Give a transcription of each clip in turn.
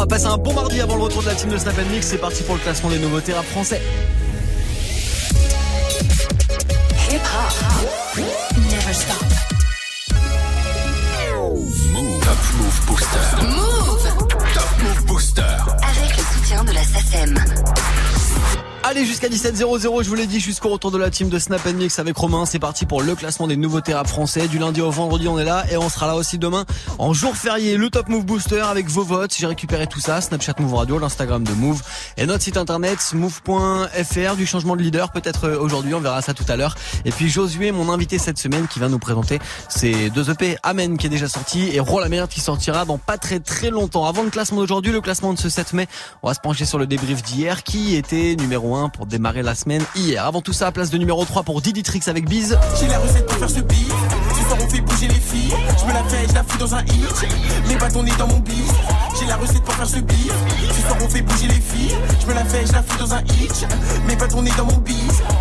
3. Passez un bon mardi avant le retour de la team de Snap & Mix. C'est parti pour le classement des nouveautés rap français. Hip hop. Never stop. Move. Top Move Booster. Move. Top Move Booster. Avec le soutien de la SACEM. Allez, jusqu'à 17h00, je vous l'ai dit, jusqu'au retour de la team de Snap & Mix avec Romain. C'est parti pour le classement des nouveautés rap français. Du lundi au vendredi, on est là et on sera là aussi demain en jour férié. Le Top Move Booster avec vos votes. J'ai récupéré tout ça. Snapchat Move Radio, l'Instagram de Move et notre site internet move.fr. Du changement de leader peut-être aujourd'hui, on verra ça tout à l'heure. Et puis Josué, mon invité cette semaine, qui vient nous présenter ses 2 EP. Amen qui est déjà sorti et Rôle la merde qui sortira dans pas très longtemps. Avant le classement d'aujourd'hui, le classement de ce 7 mai, on va se pencher sur le débrief d'hier qui était numéro 1 pour démarrer la semaine hier. Avant tout ça, place de numéro 3 pour Diditrix avec Biz. J'ai la recette pour faire ce beat. Ce soir on fait bouger les filles. Je me la fais, je la fous dans un hit. Mes bâtons nés dans mon bis. J'ai la recette pour faire ce beat. Ce soir on fait bouger les filles. Je me la fais, je la fous dans un hit. Mes bâtons nés dans mon bis.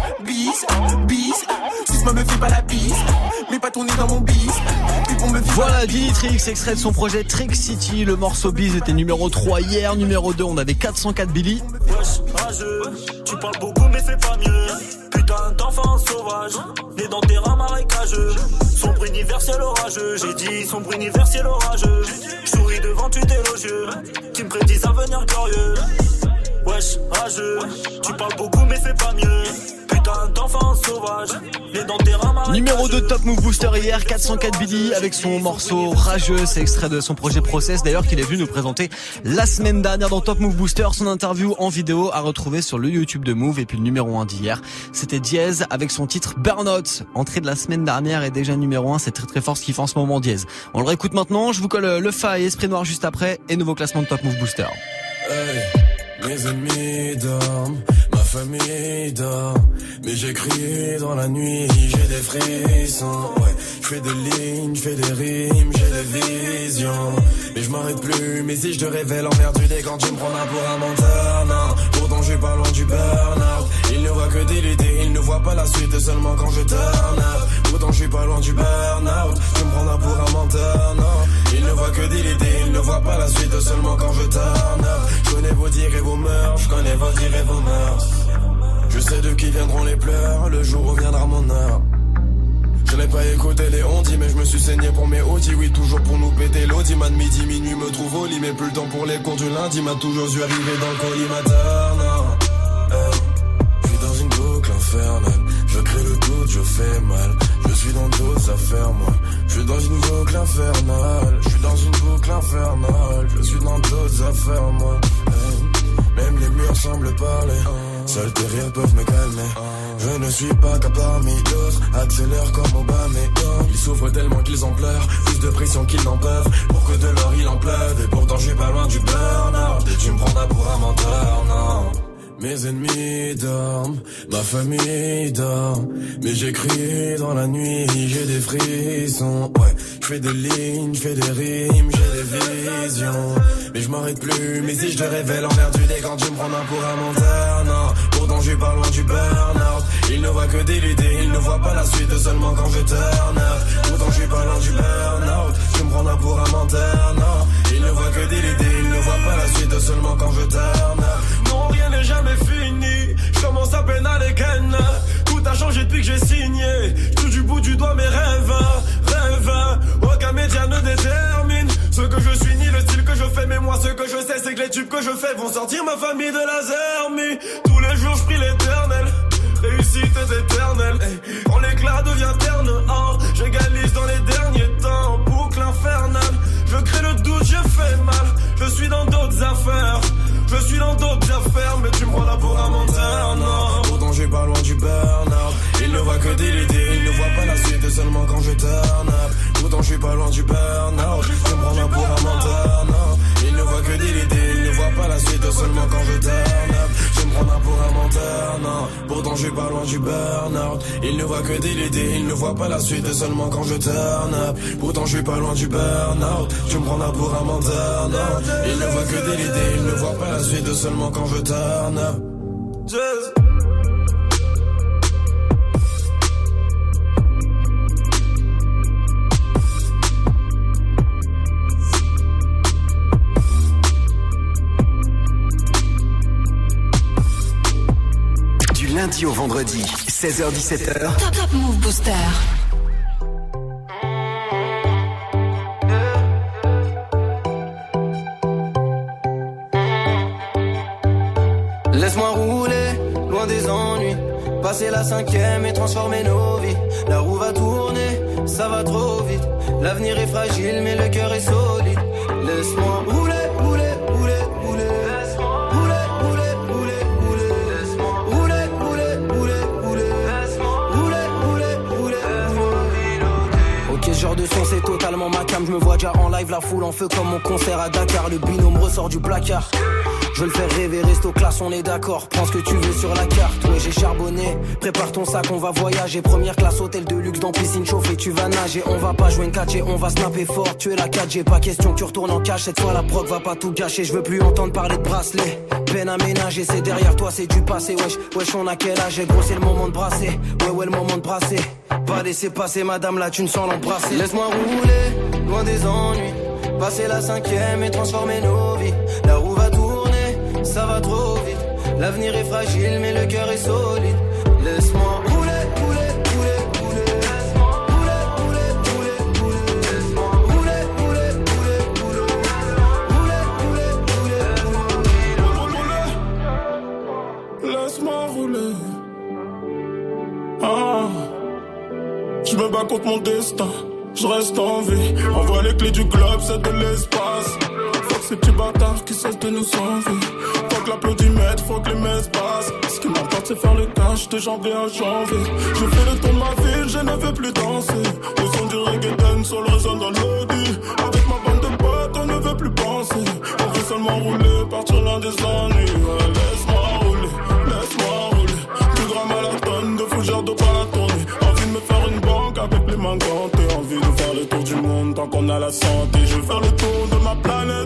Bis. Suce-moi, me fais pas la bise. Mes bâtons nés dans mon bis. Voilà Diditrix, extrait de son projet Trick City. Le morceau Biz était numéro 3 hier. Numéro 2, on avait 404 Billy. Tu parles beaucoup mais c'est pas mieux. Putain d'enfant sauvage, né dans des rats marécageux. Sombre universel orageux, j'ai dit sombre universel orageux. Souris devant tu élogieux, qui me prédisent un avenir glorieux. Wesh, rageux, tu parles beaucoup mais c'est pas mieux. Putain d'enfant sauvage, né dans des rats marécageux. Numéro 2 Top Move Booster hier, 404 Billy avec son morceau Rageux. C'est extrait de son projet Process, d'ailleurs qu'il est venu nous présenter la semaine dernière dans Top Move Booster. Son interview en vidéo à retrouver sur le YouTube de Move. Et puis le numéro 1 d'hier, c'était Diez avec son titre Burnout. Entrée de la semaine dernière et déjà numéro 1, c'est très fort ce qu'il fait en ce moment Diez. On le réécoute maintenant, je vous colle le Fa et Esprit Noir juste après et nouveau classement de Top Move Booster. Hey. Mes ennemis dorment, ma famille dort, mais j'écris dans la nuit, j'ai des frissons, ouais, j'fais des lignes, j'fais des rimes, j'ai des visions, mais je m'arrête plus, mais si je te révèle emmerdé quand tu me prends pour un menteur, non, pourtant je suis pas loin du burn-out, il ne voit que des idées, il ne voit pas la suite seulement quand je turn up, pourtant je suis pas loin du burn-out, tu me prends pour un menteur, non, il ne voit que des idées, il ne voit pas la suite seulement quand je turn up, je connais vos dires et vos mœurs, je connais vos dires et vos mœurs. Je sais de qui viendront les pleurs, le jour où viendra mon heure. Je n'ai pas écouté les ondis, mais je me suis saigné pour mes audis. Oui, toujours pour nous péter l'audi. Man, midi, minuit me trouve au lit, mais plus le temps pour les cours du lundi. M'a toujours dû arriver dans le collimateur, non. Hey. Je suis dans une boucle infernale, je crée le doute, je fais mal. Je suis dans d'autres affaires, moi. Je suis dans une boucle infernale, je suis dans une boucle infernale. Je suis dans d'autres affaires, moi. Hey. Même les murs semblent parler, seuls tes rires peuvent me calmer. Je ne suis pas qu'un parmi d'autres, accélère comme Obama. Ils souffrent tellement qu'ils en pleurent, plus de pression qu'ils n'en peuvent. Pour que de l'or il en pleuve, et pourtant je suis pas loin du burn-out. Et tu me prendras pour un menteur, non. Mes ennemis dorment, ma famille dort, mais j'écris dans la nuit, j'ai des frissons, ouais, j'fais des lignes, j'fais des rimes, j'ai des visions, mais je m'arrête plus, mais si je te révèle emmerdé quand tu me prends pour un menteur, non, pourtant je suis pas loin du burn-out, il ne voit que des idées, il ne voit pas la suite seulement quand je turn up, pourtant je suis pas loin du burn-out, tu me prends pour un menteur, non, il ne voit que des idées, il ne voit pas la suite seulement quand je turn up, non rien n'est jamais fini, je commence à peine à les ken. Tout a changé depuis que j'ai signé. Je touche du bout du doigt mes rêves. Aucun média ne détermine ce que je suis ni le style que je fais. Mais moi ce que je sais c'est que les tubes que je fais vont sortir ma famille de la zermie. Tous les jours je prie l'éternel, réussite est éternelle. Quand l'éclat devient terne, j'égalise dans les derniers temps. Boucle infernale, je crée le doute, je fais mal. Je suis dans d'autres affaires. Je suis dans d'autres affaires, mais tu me prends là pour un menteur, non. Pourtant je suis pas loin du burn-out. Il ne voit que des idées, il ne voit pas la suite seulement quand je turn up. Pourtant je suis pas loin du burn-out. Tu me prends là pour un menteur, non. Il ne voit que des idées, il ne voit pas la suite seulement quand je turn up. Tu me prends là pour un menteur, non. Pourtant je suis pas loin du burn-out. Il ne voit que des idées, il ne voit pas la suite seulement quand je turn up. Pourtant je suis pas loin du burn-out. Tu me prends là pour un menteur, non. Il ne voit que des idées, il ne voit pas la suite seulement quand je turn up. Just lundi au vendredi, 16h-17h. Top Move Booster. Laisse-moi rouler, loin des ennuis. Passer la 5e et transformer nos vies. La roue va tourner, ça va trop vite. L'avenir est fragile mais le cœur est solide. Laisse-moi rouler, rouler, rouler, rouler. Laisse-moi rouler, rouler, rouler, rouler. Laisse-moi rouler, rouler, rouler, rouler. Laisse-moi rouler, rouler, rouler. Ok, ce genre de son c'est totalement ma cam. Je me vois déjà en live, la foule en feu comme mon concert à Dakar. Le binôme ressort du placard. Je veux le faire rêver, resto classe, on est d'accord. Prends ce que tu veux sur la carte, ouais j'ai charbonné. Prépare ton sac, on va voyager. Première classe, hôtel de luxe, dans piscine chauffée. Tu vas nager, on va pas jouer une 4G. On va snapper fort, tu es la 4G. Pas question que tu retournes en cash, cette fois la proc va pas tout gâcher. Je veux plus entendre parler de bracelet. Peine à ménager, c'est derrière toi, c'est du passé. Wesh, on a quel âge, gros c'est le moment de brasser. Ouais, le moment de brasser. Pas laisser passer madame, là tu ne sens l'embrasser. Laisse-moi rouler, loin des ennuis. Passer la 5e et transformer nos vies. La roue va tourner, ça va trop vite. L'avenir est fragile mais le cœur est solide. Laisse-moi rouler, rouler, rouler, rouler. Laisse-moi rouler, rouler, rouler, rouler. Laisse-moi rouler, rouler, rouler, rouler. Rouler, rouler, rouler. Laisse-moi rouler. Je me bats contre mon destin. Je reste en vie. Envoie les clés du globe, c'est de l'espace. Fuck ces petits bâtards qui cessent de nous envier. Fuck l'applaudimètre, fuck les messes basses. Ce qui m'importe c'est faire le cash de janvier à janvier. Je fais le tour de ma ville, je ne veux plus danser. Le son du reggaeton, sol résonne dans l'audi. Avec ma bande de potes, on ne veut plus penser. On veut seulement rouler, partir loin des ennuis. Ouais, laisse-moi rouler. Plus grand marathon de fougères de pas la tournée. Envie de me faire une banque avec les mains gantées. Envie de faire le tour du monde tant qu'on a la santé. Je veux faire le tour de ma planète.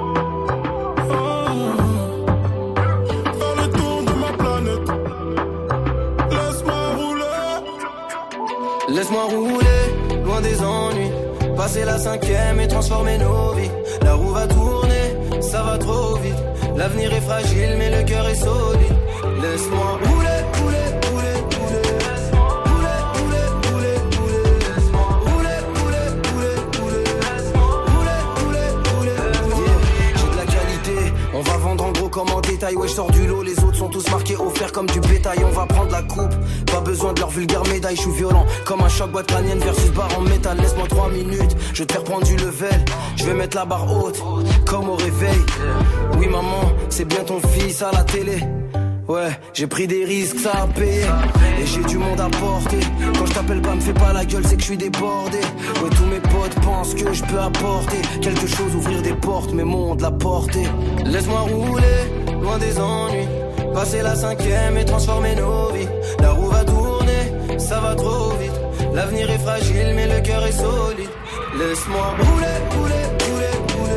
Faire le tour de ma planète. Laisse-moi rouler. Laisse-moi rouler, loin des ennuis. Passer la 5e et transformer nos vies. La roue va tourner, ça va trop vite. L'avenir est fragile mais le cœur est solide. Laisse-moi rouler, rouler, rouler, rouler. Laisse-moi rouler, rouler, rouler, rouler. Laisse-moi rouler, rouler, rouler, rouler. Laisse-moi rouler, rouler, rouler, rouler. J'ai de la qualité, on va vendre en gros comme en détail. Ouais, je sors du lot, les autres sont tous marqués offerts comme du bétail. On va prendre la coupe, pas besoin de leur vulgaire médaille. Je suis violent comme un choc boîte crânienne versus barre en métal. Laisse-moi 3 minutes, je vais te faire prendre du level. Je vais mettre la barre haute, comme au réveil. Oui maman, c'est bien ton fils à la télé. Ouais, j'ai pris des risques, ça a payé. Et j'ai du monde à porter. Quand je t'appelle pas, me fais pas la gueule, c'est que je suis débordé. Ouais, tous mes potes pensent que je peux apporter quelque chose, ouvrir des portes, mais monde la porter. Laisse-moi rouler, loin des ennuis. Passer la 5e et transformer nos vies. La roue va tourner, ça va trop vite. L'avenir est fragile mais le cœur est solide. Laisse-moi rouler, rouler, rouler, rouler.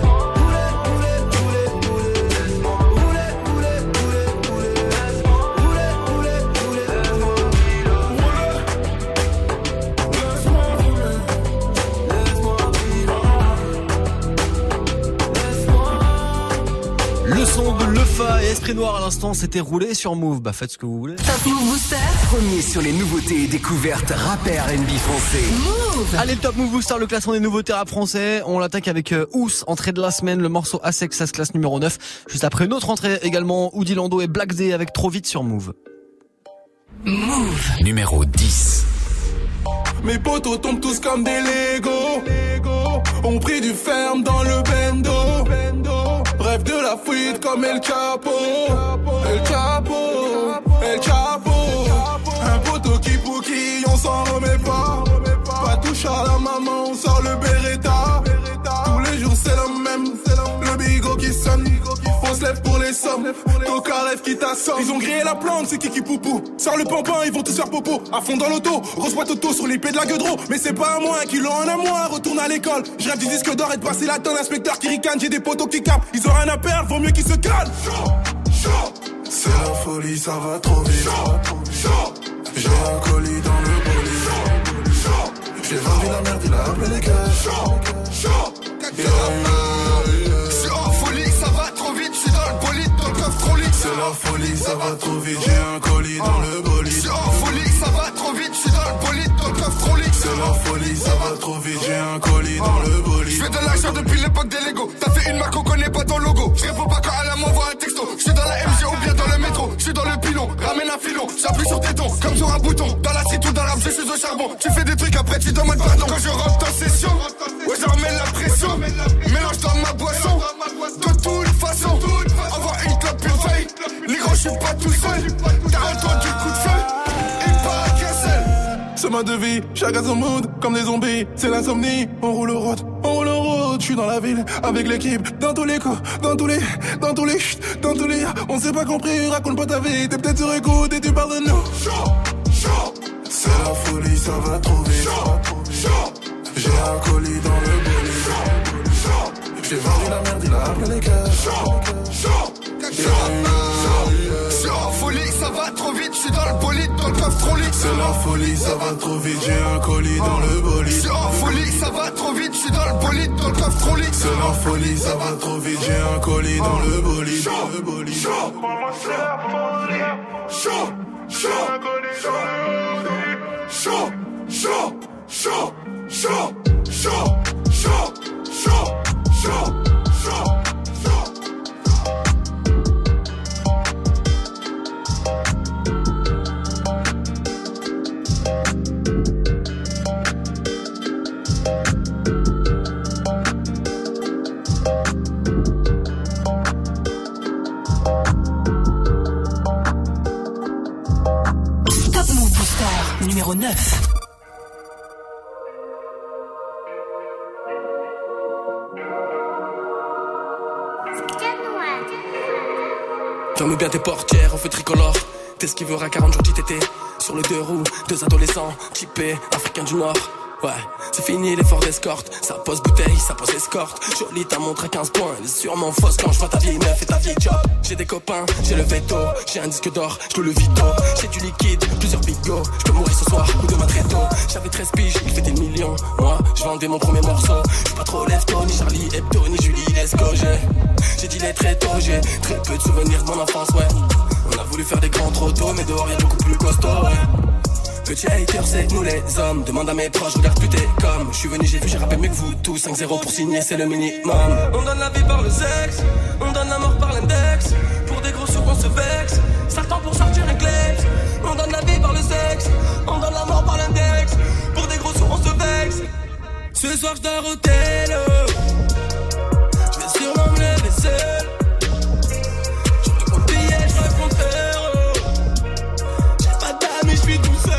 Le son de Lefa et Esprit Noir à l'instant, c'était roulé sur Move. Bah faites ce que vous voulez. Top Move Booster. Premier sur les nouveautés et découvertes rappeurs R&B français. Move. Allez, le Top Move Booster, le classement des nouveautés rap français. On l'attaque avec Ous, entrée de la semaine, le morceau Asex, ça se classe numéro 9. Juste après une autre entrée également, Oudi Lando et Black D avec Trop Vite sur Move. Move. Numéro 10. Mes potos tombent tous comme des Legos. On pris du ferme dans le bendo. Rêve de la fuite comme El Chapo. El Chapo, El Chapo. Un poteau qui pouquille, on s'en remet pas. Pas touche à la maman, on sort le Beretta. Tous les jours c'est le même, le bigot qui sonne. On se lève pour les sommes, Toka rêve qui t'assomme. Ils ont grillé la plante, c'est Kiki Poupou. Sors le pampin, ils vont tous faire popo. À fond dans l'auto, reçois Toto sur l'épée de la gueudreau. Mais c'est pas à moi, un kilo en un mois, retourne à l'école. Je rêve du disque d'or et de passer la tonne. Inspecteur qui ricane, j'ai des potos qui capent. Ils ont rien à perdre, vaut mieux qu'ils se calment. C'est la folie, ça va trop vite. J'ai un colis dans le bolide. J'ai vendu la merde, il a appelé les cash. C'est la folie, ça va trop vite. Je suis dans le bolide, dans le coffre trop lit. C'est la folie, ça va trop vite. J'ai un colis dans un colis dans le bolide. J'fais de l'argent depuis l'époque des Lego. T'as fait une marque, on connaît pas ton logo. J'réponds pas quand elle m'envoie un texto. J'suis dans la MG ou bien dans le métro. J'suis dans le pilon, ramène un filon. J'appuie sur tes tons, comme sur un bouton. Dans la street ou dans l'arbre, je suis au charbon. Tu fais des trucs, après tu demandes pardon. Quand je rentre en session, ouais j'en remets la pression. Mélange dans ma boisson. De toute façon, avoir une clope, une feuille. Les gros, j'suis pas tout seul. T'as entendu le coup de feu. Et pas qu'un seul. Chemin de vie, chacun son mood, comme des zombies, c'est l'insomnie. On roule au road, je suis dans la ville, avec l'équipe, dans tous les coups, dans tous les, on s'est pas compris, raconte pas ta vie, t'es peut-être sur écoute et tu parles de nous. C'est la folie, ça va trop vite. J'ai un colis dans le bolide. J'ai vendu la merde, il a appelé les cœurs. J'suis en folie, ça va trop vite, j'suis dans le bolide, dans le coffre trop lit. C'est la folie, ça va trop vite, j'ai un colis dans le bolide. J'suis en folie, ça va trop vite, j'suis dans le bolide, dans le coffre trop lit. C'est la folie, ça va trop vite, j'ai un colis dans le bolide. Moi c'est la folie. J'ai un colis dans le Top Move Booster numéro 9. Ferme bien tes portières, on fait tricolore. T'es ce qui verra 40 jours d'ITT. Sur le 2 roues, 2 adolescents, typés, africains du Nord. Ouais, c'est fini l'effort d'escorte. Ça pose bouteille, ça pose escorte. Jolie ta montre à 15 points. Elle est sûrement fausse quand je vois ta vieille meuf et ta vieille job. J'ai des copains, j'ai le veto. J'ai un disque d'or, je le vito. J'ai du liquide, plusieurs bigots. Je peux mourir ce soir ou demain très tôt. J'avais 13 piges, il fêtait le million. Moi, je vendais mon premier morceau. Je suis pas trop lève-tôt, ni Charlie Hebdo, ni Julie Lescaut. J'ai dit les très tôt, j'ai très peu de souvenirs de mon enfance, ouais. On a voulu faire des grands trop tôt, mais dehors y'a beaucoup plus costaud, ouais. Petit hater, c'est nous les hommes. Demande à mes proches, regarde plus t'es comme. Je suis venu, j'ai vu, j'ai rappé mieux que vous tous. 5-0 pour signer, c'est le minimum. On donne la vie par le sexe, on donne la mort par l'index. Pour des gros sous, on se vexe. Certains pour sortir un clef. On donne la vie par le sexe, on donne la mort par l'index. Pour des gros sous, on se vexe. Ce soir, je dors au tel. Je vais sûrement me lever seul. Je te compte billet, je raconte heureux. J'ai pas d'amis, je suis tout seul.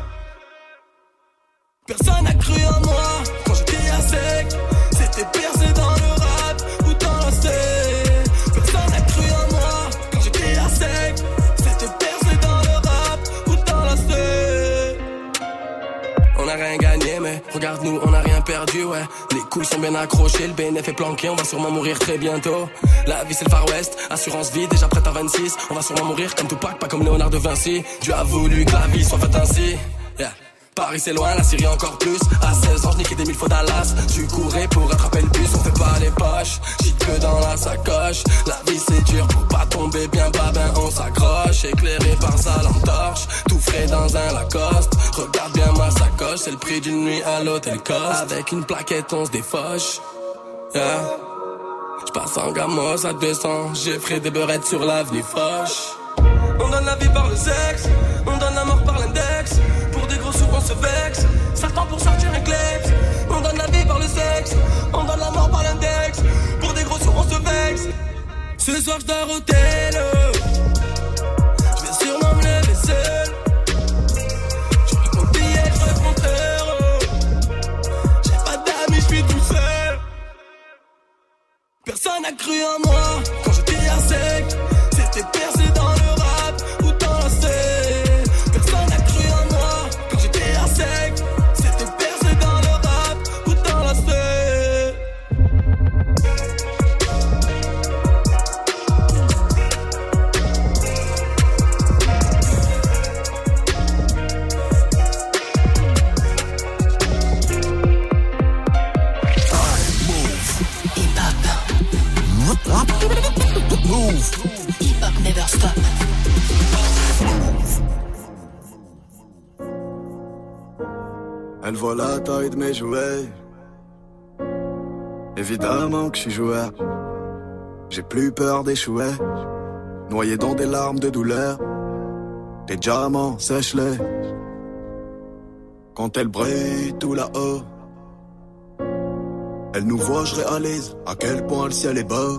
Personne n'a cru en moi quand j'étais à sec. C'était percé dans le rap ou dans la scène. Personne n'a cru en moi quand j'étais à sec. C'était percé dans le rap ou dans la scène. On n'a rien gagné mais regarde-nous, on n'a rien perdu, ouais. Les couilles sont bien accrochées, le BNF est planqué. On va sûrement mourir très bientôt. La vie c'est le Far West, assurance vie déjà prête à 26. On va sûrement mourir comme Tupac, pas comme Léonard de Vinci. Dieu a voulu que la vie soit faite ainsi, yeah. Paris c'est loin, la Syrie encore plus. À 16 ans, je niquais des 1000 fois Dallas. Tu courais pour rattraper le bus, on fait pas les poches. J'suis que dans la sacoche. La vie c'est dur, pour pas tomber bien bas, ben on s'accroche. Éclairé par sa lampe torche, tout frais dans un Lacoste. Regarde bien ma sacoche, c'est le prix d'une nuit à l'hôtel Coste. Avec une plaquette, on se défoche, yeah. J'passe en gamos à 200, j'ai frais des beurrettes sur l'avenue Foch. On donne la vie par le sexe, on donne la mort par l'index. Pour des gros sous on se vexe, certains pour sortir un kleps. On donne la vie par le sexe, on donne la mort par l'index. Pour des gros sous on se vexe. Ce soir je dors au tel. Je vais sûrement me lever seul. Je raconte billet, je raconte heureux. J'ai pas d'amis, je suis tout seul. Personne n'a cru en moi quand j'étais à sec. C'était percé dans le rap ou dans la scène. Personne n'a cru en moi quand j'étais à sec. C'était percé dans le rap ou dans la scène. Move. Hip-hop never stop. Elle voit la taille de mes jouets. Évidemment que je suis joueur. J'ai plus peur d'échouer. Noyé dans des larmes de douleur. Des diamants, sèche-les. Quand elle brille tout là-haut, elle nous voit, je réalise à quel point le ciel est beau.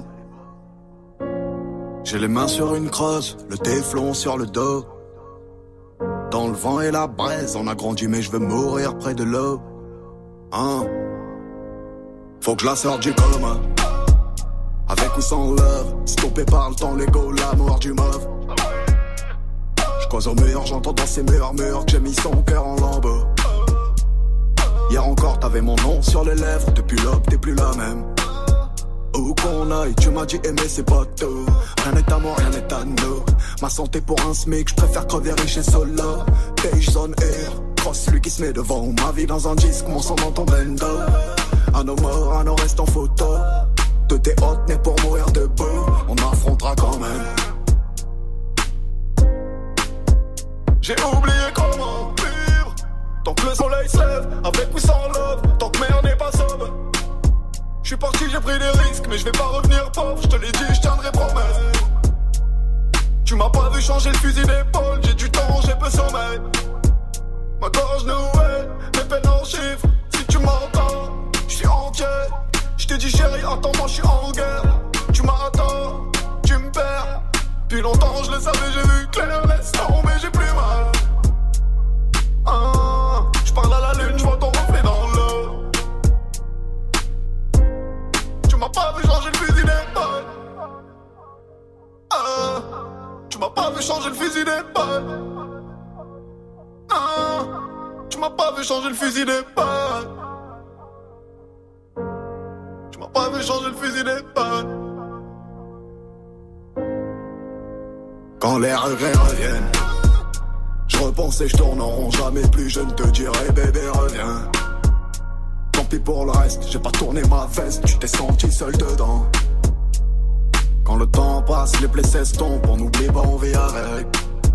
J'ai les mains sur une crosse, le téflon sur le dos. Dans le vent et la braise, on a grandi mais je veux mourir près de l'eau. Hein? Faut que je la sorte du coma. Avec ou sans love, stoppé par le temps, l'ego, l'amour du mauve. J'cause au mur, j'entends dans ces murmures que j'ai mis son cœur en lambeaux. Hier encore t'avais mon nom sur les lèvres, depuis l'aube t'es plus la même. Où qu'on aille, tu m'as dit aimer c'est pas tout. Rien n'est à moi, rien n'est à nous. Ma santé pour un SMIC, j'préfère crever riche et solo. Beige zone air, cross celui qui se met devant. Ma vie dans un disque, mon sang dans ton bendo. À nos morts, à nos restes en photo. De tes hôtes nés pour mourir debout. On affrontera quand même. J'ai oublié comment vivre. Tant que le soleil se lève, avec ou sans love. Tant que merde n'est pas sobre. J'suis parti, j'ai pris des risques, mais je vais pas revenir pauvre. J'te l'ai dit, j'tiendrai promesse. Tu m'as pas vu changer le fusil d'épaule. J'ai du temps, j'ai peu sommeil. Ma gorge nouée, mes peines en chiffres. Si tu m'entends, j'suis entier. J't'ai dit chérie, attends-moi, j'suis en guerre. Tu m'attends, tu me perds. Depuis longtemps, je le savais, j'ai vu clair. Laisse tomber, j'ai plus mal. J'parle à la lune, j'vois ton reflet dans l'eau. Tu m'as pas vu changer le fusil d'épaule. Tu m'as pas vu changer le fusil d'épaule. Tu m'as pas vu changer le fusil d'épaule. Tu m'as pas vu changer le fusil d'épaule. Quand les regrets reviennent, je repense et je tourne en rond. Jamais plus je ne te dirai bébé reviens. Tant pis pour le reste, j'ai pas tourné ma veste. Tu t'es senti seul dedans. Quand le temps passe, les plaies s'estompent. On oublie pas, on vit avec.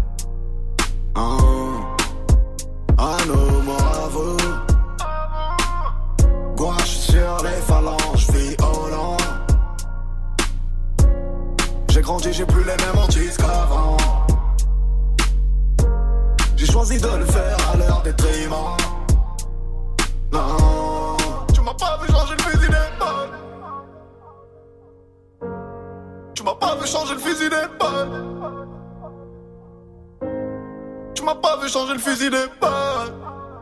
À nos morts à vous. Gouache sur les phalanges, violent. J'ai grandi, j'ai plus les mêmes hantises qu'avant. J'ai choisi de le faire à l'heure des triments. Non, tu m'as pas vu changer le fusil d'épaule. Tu m'as pas vu changer le fusil d'épaule. Tu m'as pas vu changer le fusil d'épaule.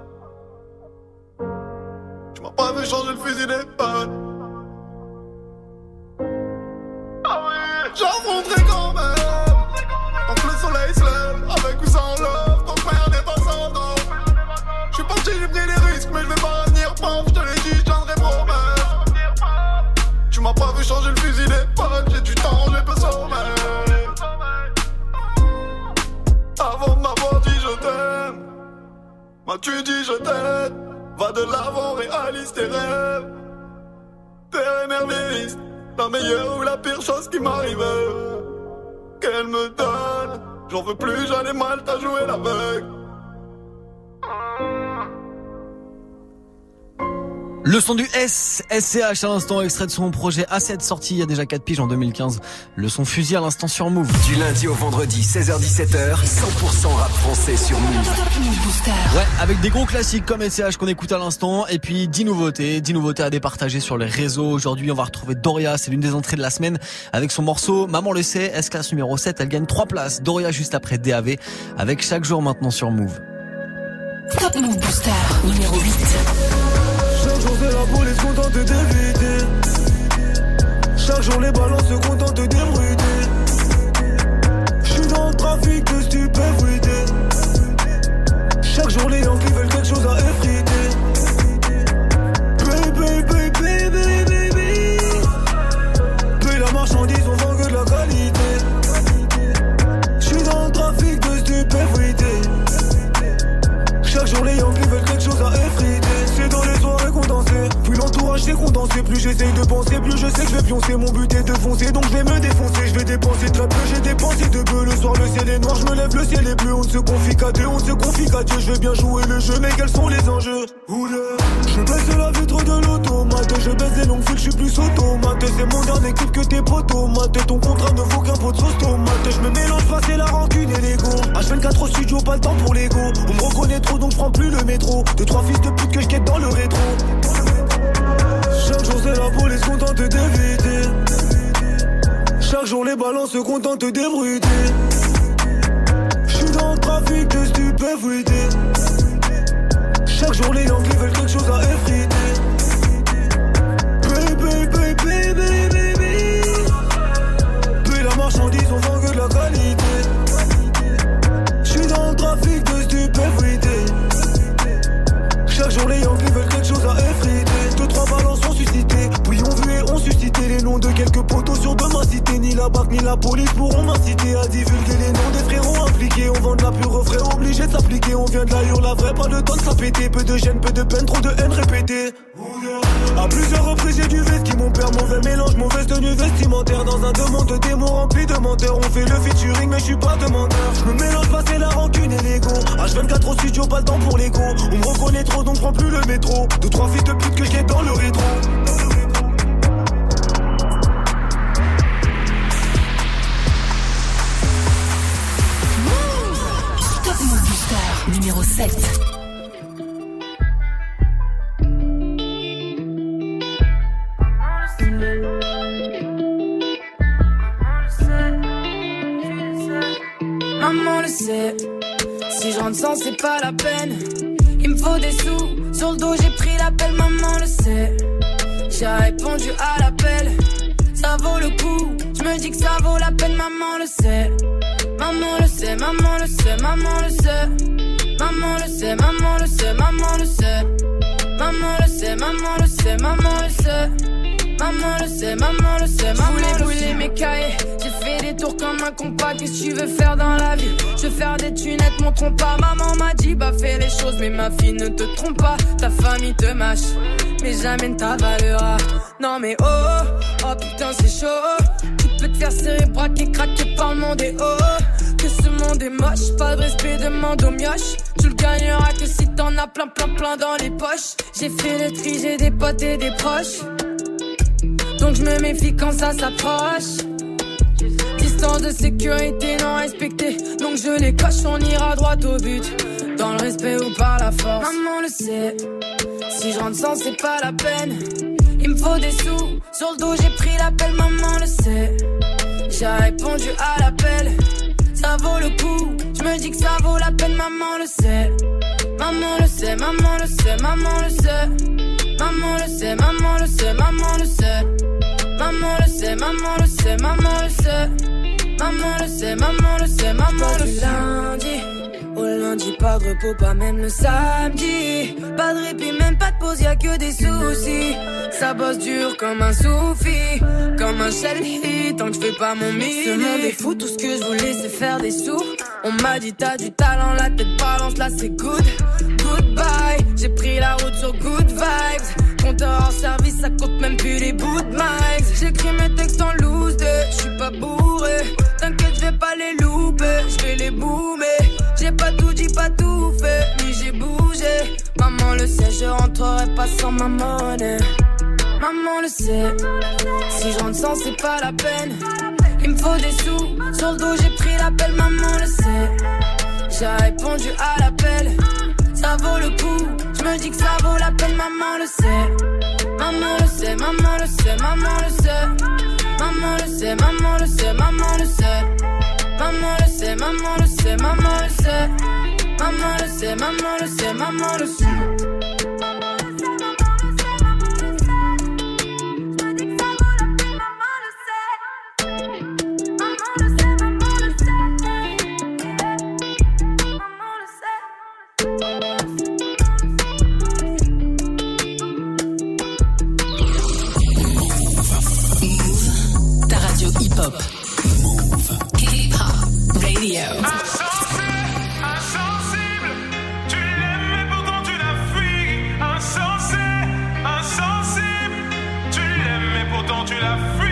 Tu m'as pas vu changer le fusil d'épaule. Ah oui, j'affronterai quand même. Tant que le soleil se lève, avec ou sans love. Tant que rien n'est pas sans nom. J'suis parti, j'ai pris des risques, mais je vais pas revenir pauvre. J'te l'ai dit, j'tiendrai promesse. Tu m'as pas vu changer le fusil d'épaule. J'ai du temps, j'ai peu sommeil. Avant de m'avoir dit je t'aime, m'as-tu dit je t'aide. Va de l'avant, réalise tes rêves. T'es émerveilliste, la meilleure ou la pire chose qui m'arrive. Qu'elle me donne, j'en veux plus, j'en ai mal, t'as joué l'aveugle. Le son du SCH à l'instant, extrait de son projet A7 sorti il y a déjà 4 piges en 2015. Le son fusil à l'instant sur Move. Du lundi au vendredi, 16h-17h, 100% rap français sur Move. Ouais, avec des gros classiques comme SCH qu'on écoute à l'instant. Et puis 10 nouveautés à départager sur les réseaux. Aujourd'hui, on va retrouver Doria, c'est l'une des entrées de la semaine. Avec son morceau Maman le sait, S-Class numéro 7, elle gagne 3 places. Doria juste après DAV, avec Chaque jour maintenant sur Move. Top Move Booster, numéro 8. Chaque jour c'est la police contente d'éviter. Chaque jour les balances se contentent d'ébruiter. J'suis dans le trafic de stupéfiés. Chaque jour les Yankees veulent quelque chose à effriter. Baby, baby, baby, baby. Puis la marchandise on vend que de la qualité. J'suis dans le trafic de stupéfiés. Chaque jour les Yankees veulent quelque chose à effriter. C'est dans les soirées condensées. Plus l'entourage s'est condensé, plus j'essaye de penser, plus je sais que je vais pioncer. Mon but est de foncer, donc je vais me défoncer. Je vais dépenser très peu, j'ai dépensé de peu. Le soir le ciel est noir, je me lève, le ciel est bleu. On ne se confie qu'à Dieu, on ne se confie qu'à Dieu. Je vais bien jouer le jeu, mais quels sont les enjeux? Je baisse la vitre de l'automate, je baisse les longues files, je suis plus tomate. Ton contrat ne vaut qu'un pot de sauce tomate. Je me mélange pas, c'est la rancune et l'ego. H24 au studio, pas le temps pour l'ego. On me reconnaît trop donc je prends plus le métro. 2-3 fils de pute que je guette dans le rétro. Chaque jour c'est la police contente d'éviter. Chaque jour les balances se contentent d'ébruiter. J'suis dans le trafic de stupéfuité. Chaque jour les Yankees veulent quelque chose à effriter. Puis la marchandise on vend que de la qualité. J'suis dans le trafic de stupéfuité. Chaque jour les Yankees veulent quelque chose à effriter. 2-3 balances ont suscité, puis ont vu et ont suscité les noms de quelques poteaux sur de ma cité. Ni la BAC ni la police pourront m'inciter à divulguer les noms des frérots impliqués. On vend de la pure refrain, obligé de s'appliquer. On vient de la la vraie, pas le temps de s'appéter. Peu de gêne, peu de peine, trop de haine répétée. À plusieurs reprises j'ai du veste qui mon père. Mauvais mélange, mauvaise tenue vestimentaire. Dans un monde de démons remplis de menteurs. On fait le featuring mais je suis pas demandeur. Je me mélange pas, c'est la rancune et l'ego. H24 au studio, pas le temps pour l'ego. On me reconnaît trop donc prends plus le métro. 2-3 fils de pute que je guette dans le rétro. Top Move Booster numéro 7. Maman le sait, si je rentre sans c'est pas la peine. Il me faut des sous, sur le dos j'ai pris l'appel, maman le sait. J'ai répondu à l'appel, ça vaut le coup. Je me dis que ça vaut la peine, maman le sait. Maman le sait, maman le sait, maman le sait. Maman le sait, maman le sait, maman le sait. Maman le sait, maman le sait, maman le sait. Maman le sait, maman le sait, maman le sait. Je voulais brûler mes cahiers, j'ai fait des tours comme un compas. Qu'est-ce que tu veux faire dans la vie? Je veux faire des tunettes, mon trompe pas. Maman m'a dit, bah fais les choses, mais ma fille ne te trompe pas. Ta famille te mâche, mais jamais ne ta valeur. Non mais oh, oh putain c'est chaud. Tu peux te faire serrer, braquer, craquer par le monde et oh. Que ce monde est moche, pas de respect, demande aux mioches. Tu le gagneras que si t'en as plein, plein, plein dans les poches. J'ai fait le tri, j'ai des potes et des proches. Donc je me méfie quand ça s'approche. Distance de sécurité non respectée. Donc je les coche, on ira droit au but. Dans le respect ou par la force. Maman le sait, si je rentre sans c'est pas la peine. Il me faut des sous, sur le dos j'ai pris l'appel. Maman le sait, j'ai répondu à l'appel. Ça vaut le coup, je me dis que ça vaut la peine. Maman le sait, maman le sait, maman le sait, maman le sait. Maman le sait, maman le sait, maman le sait. Maman le sait, maman le sait, maman le sait. Maman le sait, maman le sait, maman le sait. Lundi au lundi, pas de repos, pas même le samedi. Pas de répit, même pas de pause, y'a que des soucis. Ça bosse dur comme un soufi, comme un Shelby, tant que je fais pas mon mix. Ce monde est fou, tout ce que je voulais c'est faire des sous. On m'a dit t'as du talent, la tête balance, là c'est good. Goodbye, j'ai pris la route sur good vibes. Compteur hors service, ça compte même plus les bouts de mics. J'écris mes textes en loose, je suis pas bourré. T'inquiète, je vais pas les louper, je vais les boomer. J'ai pas tout dit, pas tout fait, mais j'ai bougé. Maman le sait, je rentrerai pas sans ma monnaie. Maman le sait, si je rentre sans c'est pas la peine. Il me faut des sous, sur le dos j'ai pris l'appel. Maman le sait, j'ai répondu à l'appel. Ça vaut le coup, je me dis que ça vaut la peine. Maman le sait, maman le sait, maman le sait, maman le sait. Maman le sait, maman le sait, maman le sait. Maman le sait, maman le sait, maman le sait. Maman le sait, maman le sait, maman le sait. Hip-hop. Move. Hip-hop. Radio. Insensible, tu l'aimes mais pourtant tu la fuis. Insensé, insensible, tu l'aimes mais pourtant tu la fuis.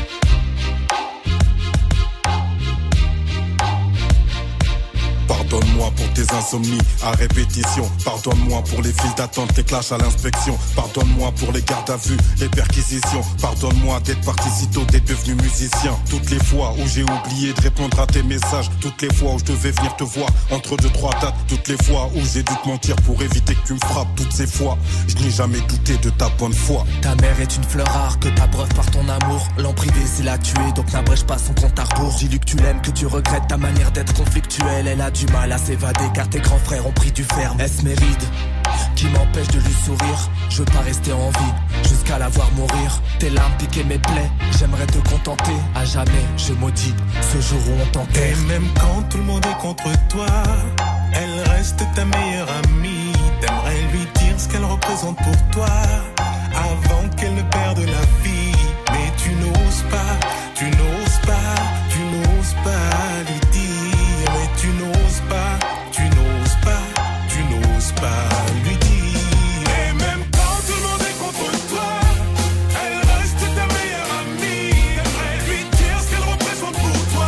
Pardonne Pardonne-moi pour tes insomnies à répétition. Pardonne-moi pour les files d'attente, les clashs à l'inspection. Pardonne-moi pour les gardes à vue, les perquisitions. Pardonne-moi d'être parti si tôt, d'être devenu musicien. Toutes les fois où j'ai oublié de répondre à tes messages. Toutes les fois où je devais venir te voir entre 2-3 dates. Toutes les fois où j'ai dû te mentir pour éviter que tu me frappes. Toutes ces fois, je n'ai jamais douté de ta bonne foi. Ta mère est une fleur rare que t'abreuves par ton amour. L'emprise l'a tué, donc n'abrège pas son compte à rebours. Dis-lui que tu l'aimes, que tu regrettes ta manière d'être conflictuelle. Elle a du mal à s'évader car tes grands frères ont pris du ferme. Est-ce mes rides qui m'empêche de lui sourire? Je veux pas rester en vie jusqu'à la voir mourir. Tes larmes piquaient mes plaies, j'aimerais te contenter. À jamais je maudis ce jour où on t'enterre. Et même quand tout le monde est contre toi, elle reste ta meilleure amie. T'aimerais lui dire ce qu'elle représente pour toi avant qu'elle ne perde la vie. Mais tu n'oses pas, tu n'oses pas, tu n'oses pas lui dire. Mais tu n'oses pas, tu n'oses pas, tu n'oses pas lui dire. Et même quand tout le monde est contre toi, elle reste ta meilleure amie. T'aimerais lui dire ce qu'elle représente pour toi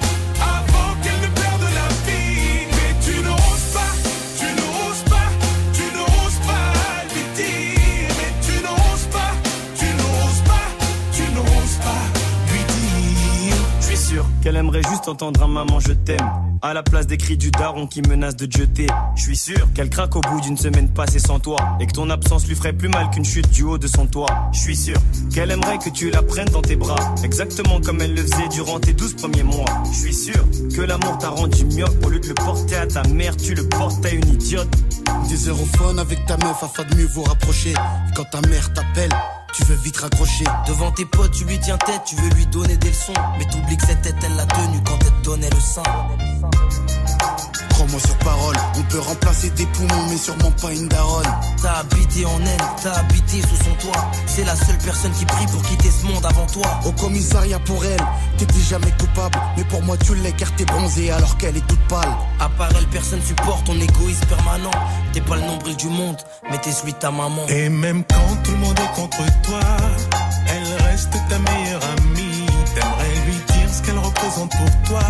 avant qu'elle ne perde la vie. Mais tu n'oses pas, tu n'oses pas, tu n'oses pas lui dire. Mais tu n'oses pas, tu n'oses pas, tu n'oses pas lui dire. Je suis sûr qu'elle aimerait juste entendre un maman je t'aime à la place des cris du daron qui menace de te jeter. Je suis sûr qu'elle craque au bout d'une semaine passée sans toi et que ton absence lui ferait plus mal qu'une chute du haut de son toit. Je suis sûr qu'elle aimerait que tu la prennes dans tes bras, exactement comme elle le faisait durant tes 12 premiers mois. Je suis sûr que l'amour t'a rendu myope. Au lieu de le porter à ta mère, tu le portes à une idiote. Des zérophones avec ta meuf afin de mieux vous rapprocher. Et quand ta mère t'appelle, tu veux vite raccrocher. Devant tes potes, tu lui tiens tête, tu veux lui donner des leçons. Mais t'oublies que cette tête, elle l'a tenue quand elle te donnait le sein. Crois-moi sur parole, on peut remplacer des poumons, mais sûrement pas une daronne. T'as habité en elle, t'as habité sous son toit. C'est la seule personne qui prie pour quitter ce monde avant toi. Au commissariat pour elle, t'étais jamais coupable. Mais pour moi tu l'es car t'es bronzée alors qu'elle est toute pâle. À part elle, personne supporte ton égoïsme permanent. T'es pas le nombril du monde, mais t'es celui de ta maman. Et même quand tout le monde est contre toi, elle reste ta meilleure amie. T'aimerais lui dire ce qu'elle représente pour toi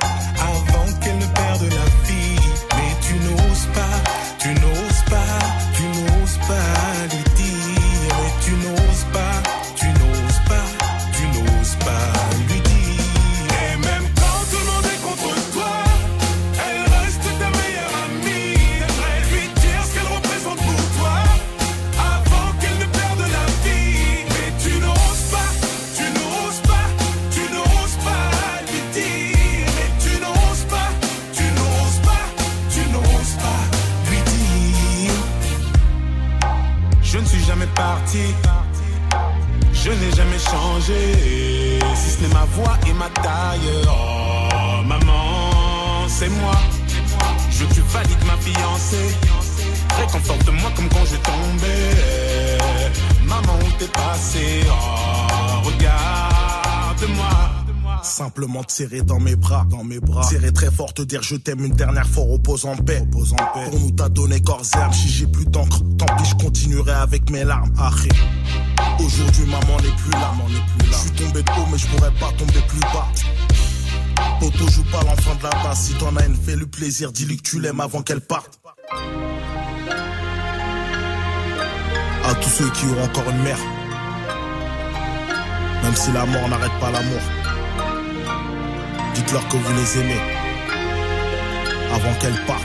avant qu'elle ne perde la vie. Mais tu n'oses pas, tu n'oses pas, tu n'oses pas lui dire. Mais tu n'oses pas, tu n'oses pas, tu n'oses pas lui dire. Et même quand tout le monde est contre toi, elle reste ta meilleure amie. T'aimerais lui dire ce qu'elle représente pour toi avant qu'elle ne perde la vie. Mais tu n'oses pas, tu n'oses pas, tu n'oses pas lui dire. Mais tu n'oses pas, tu n'oses pas, tu n'oses pas lui dire. Je ne suis jamais parti, je n'ai jamais changé, si ce n'est ma voix et ma taille. Oh maman, c'est moi. Je veux que tu valides ma fiancée. Réconforte-moi comme quand je tombais. Maman, où t'es passé? Oh, regarde-moi. Simplement te serrer dans mes bras, serrer très fort, te dire je t'aime une dernière fois, repose en paix. Pour nous t'as donné corps et âme, si j'ai plus d'encre, tant pis je continuerai avec mes larmes. Arrête. Aujourd'hui maman n'est plus là, je suis tombé de haut mais je pourrais pas tomber plus bas. Poto joue pas l'enfant de la base, si t'en as une fais le plaisir, dis-lui que tu l'aimes avant qu'elle parte. À tous ceux qui auront encore une mère, même si la mort n'arrête pas l'amour, dites-leur que vous les aimez avant qu'elles partent.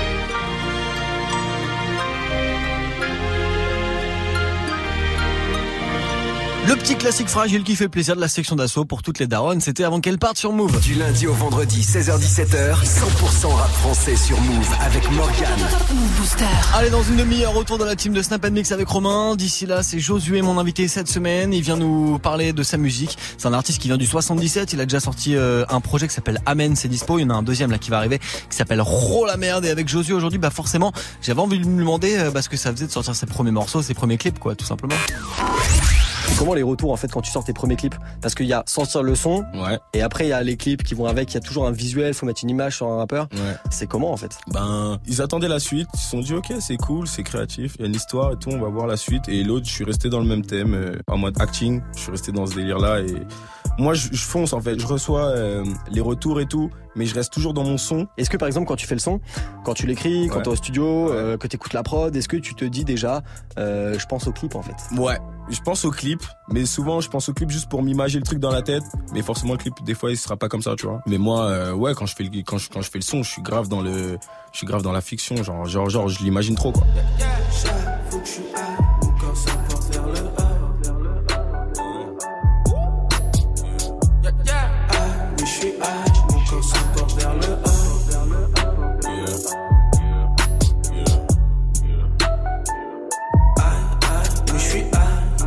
Le petit classique fragile qui fait plaisir de la section d'assaut pour toutes les daronnes, c'était avant qu'elles partent sur Move. Du lundi au vendredi, 16h-17h, 100% rap français sur Move avec Morgane. Move Booster. Allez, dans une demi-heure, retour de la team de Snap & Mix avec Romain. D'ici là, c'est Josué, mon invité cette semaine. Il vient nous parler de sa musique. C'est un artiste qui vient du 77. Il a déjà sorti un projet qui s'appelle Amen, c'est dispo. Il y en a un deuxième là qui va arriver qui s'appelle Roll la merde. Et avec Josué aujourd'hui, bah forcément, j'avais envie de lui demander ce que ça faisait de sortir ses premiers morceaux, ses premiers clips, quoi, tout simplement. Comment les retours en fait quand tu sors tes premiers clips? Parce qu'il y a sortir le son, ouais. Et après il y a les clips qui vont avec, il y a toujours un visuel, faut mettre une image sur un rappeur. Ouais. C'est comment en fait? Ben ils attendaient la suite, ils se sont dit ok c'est cool, c'est créatif, il y a une histoire et tout, on va voir la suite. Et l'autre je suis resté dans le même thème, en mode acting, je suis resté dans ce délire là et moi je fonce en fait, je reçois les retours et tout mais je reste toujours dans mon son. Est-ce que par exemple quand tu fais le son, quand tu l'écris, quand t'es au studio, que t'écoutes la prod, est-ce que tu te dis déjà je pense au clip en fait? Ouais, je pense au clip, mais souvent je pense au clip juste pour m'imager le truc dans la tête, mais forcément le clip des fois il sera pas comme ça, tu vois. Mais moi ouais, quand je fais le son, je suis grave dans la fiction, genre je l'imagine trop quoi. Faut que je suis à, mon corps s'emporte vers le haut. Oui, je suis à, mon corps s'emporte vers le haut. Oui, je suis à,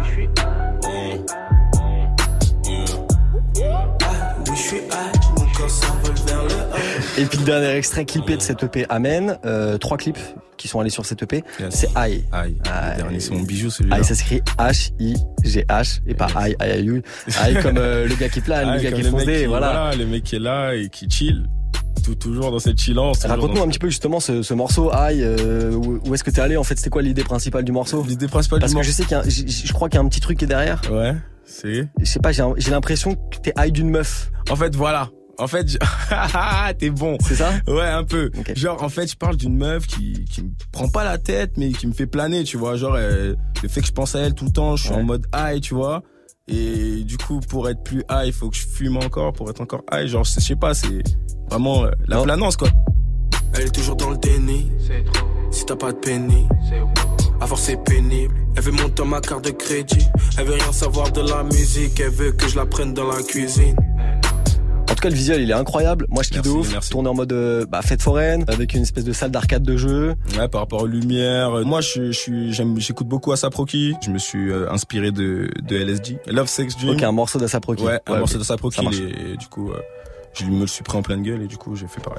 oui, je suis à, mon corps s'envole vers le haut. Et puis le dernier extrait clippé de cette EP Amen, 3 clips qui sont allés sur cette EP, c'est Aïe. Aïe. Le dernier, c'est mon bijou celui-là. Aïe, ça s'écrit H-I-G-H et pas Aïe, Aïe, Aïe comme le gars qui plane, le gars qui est foncé, voilà. Le mec qui est là et qui chill. Toujours dans cette chillance. Raconte-nous un petit peu justement ce morceau Aïe, où est-ce que t'es allé en fait, c'était quoi l'idée principale du morceau? L'idée principale du morceau. Parce que je sais je crois qu'il y a un petit truc qui est derrière. Ouais, c'est. Je sais pas, j'ai l'impression que t'es Aïe d'une meuf. En fait, voilà. En fait, t'es bon. C'est ça? Ouais, un peu. Okay. Genre, en fait, je parle d'une meuf qui me prend pas la tête, mais qui me fait planer, tu vois. Genre, le fait que je pense à elle tout le temps, je suis en mode high, tu vois. Et du coup, pour être plus high, il faut que je fume encore pour être encore high. Genre, je sais pas, c'est vraiment la planance, quoi. Elle est toujours dans le déni. Si t'as pas de penny, à force c'est pénible. Elle veut monter ma carte de crédit. Elle veut rien savoir de la musique. Elle veut que je la prenne dans la cuisine. En tout cas, le visuel, il est incroyable. Moi, je kiffe de ouf. Tourné en mode fête foraine, avec une espèce de salle d'arcade de jeu. Ouais, par rapport aux lumières. Moi, j'écoute beaucoup A$AP Rocky. Je me suis inspiré de LSD. Love Sex Dream. Ok, un morceau d'A$AP Rocky. Ouais, un morceau d'A$AP Rocky. Et du coup, je me le suis pris en pleine gueule et du coup, j'ai fait pareil.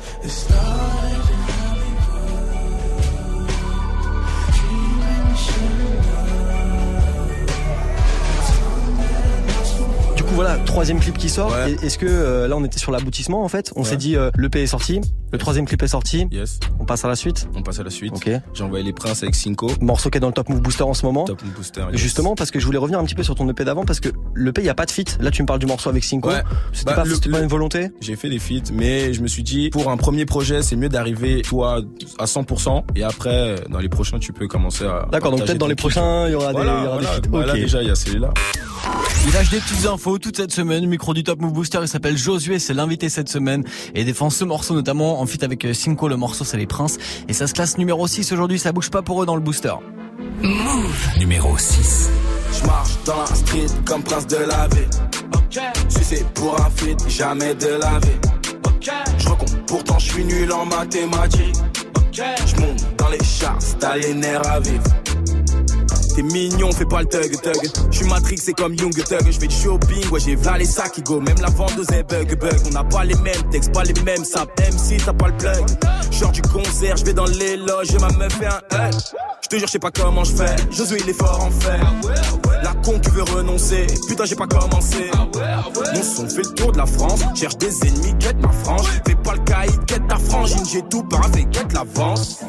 Voilà, 3e clip qui sort. Ouais. Est-ce que là on était sur l'aboutissement en fait? On s'est dit l'EP est sorti, le 3e clip est sorti. Yes. On passe à la suite. On passe à la suite. Ok. J'ai envoyé Les Princes avec Cinco. Morceau qui est dans le Top Move Booster en ce moment. Top Move Booster. Yes. Justement parce que je voulais revenir un petit peu sur ton EP d'avant parce que l'EP y a pas de feat. Là tu me parles du morceau avec Cinco. Ouais. C'était pas une volonté? J'ai fait des feats, mais je me suis dit pour un premier projet c'est mieux d'arriver toi à 100% et après dans les prochains tu peux commencer à. D'accord, donc peut-être dans les prochains il y aura des feats. Voilà, okay. Déjà il y a celui-là. Il lâche des petites infos toute cette semaine. Le micro du Top Move Booster, il s'appelle Josué, c'est l'invité cette semaine et défend ce morceau notamment en feat avec Cinco. Le morceau c'est Les Princes et ça se classe numéro 6 aujourd'hui, ça bouge pas pour eux dans le booster. Move numéro 6. Je marche dans la street comme prince de la vie. Sucé pour un feat, jamais de la vie. Je recompte, pourtant je suis nul en mathématiques. Je monte dans les charts, t'as les nerfs à vivre. T'es mignon, fais pas le thug. J'suis Matrix, c'est comme Young Thug. J'fais du shopping, ouais j'ai v'là les sacs qui go. Même la vendeuse est bug. On n'a pas les mêmes textes, pas les mêmes saps. MC, t'as pas le plug. J'sors du concert, j'vais dans les loges. Ma meuf fait un j'te jure, j'sais pas comment j'fais. Josué, il est fort en fait. La con qui veut renoncer. Putain, j'ai pas commencé. Mon son fait le tour de la France. Cherche des ennemis, quête ma frange. Fais pas le caïd, quête ta frangine. J'ai tout paraffé, quête l'avance.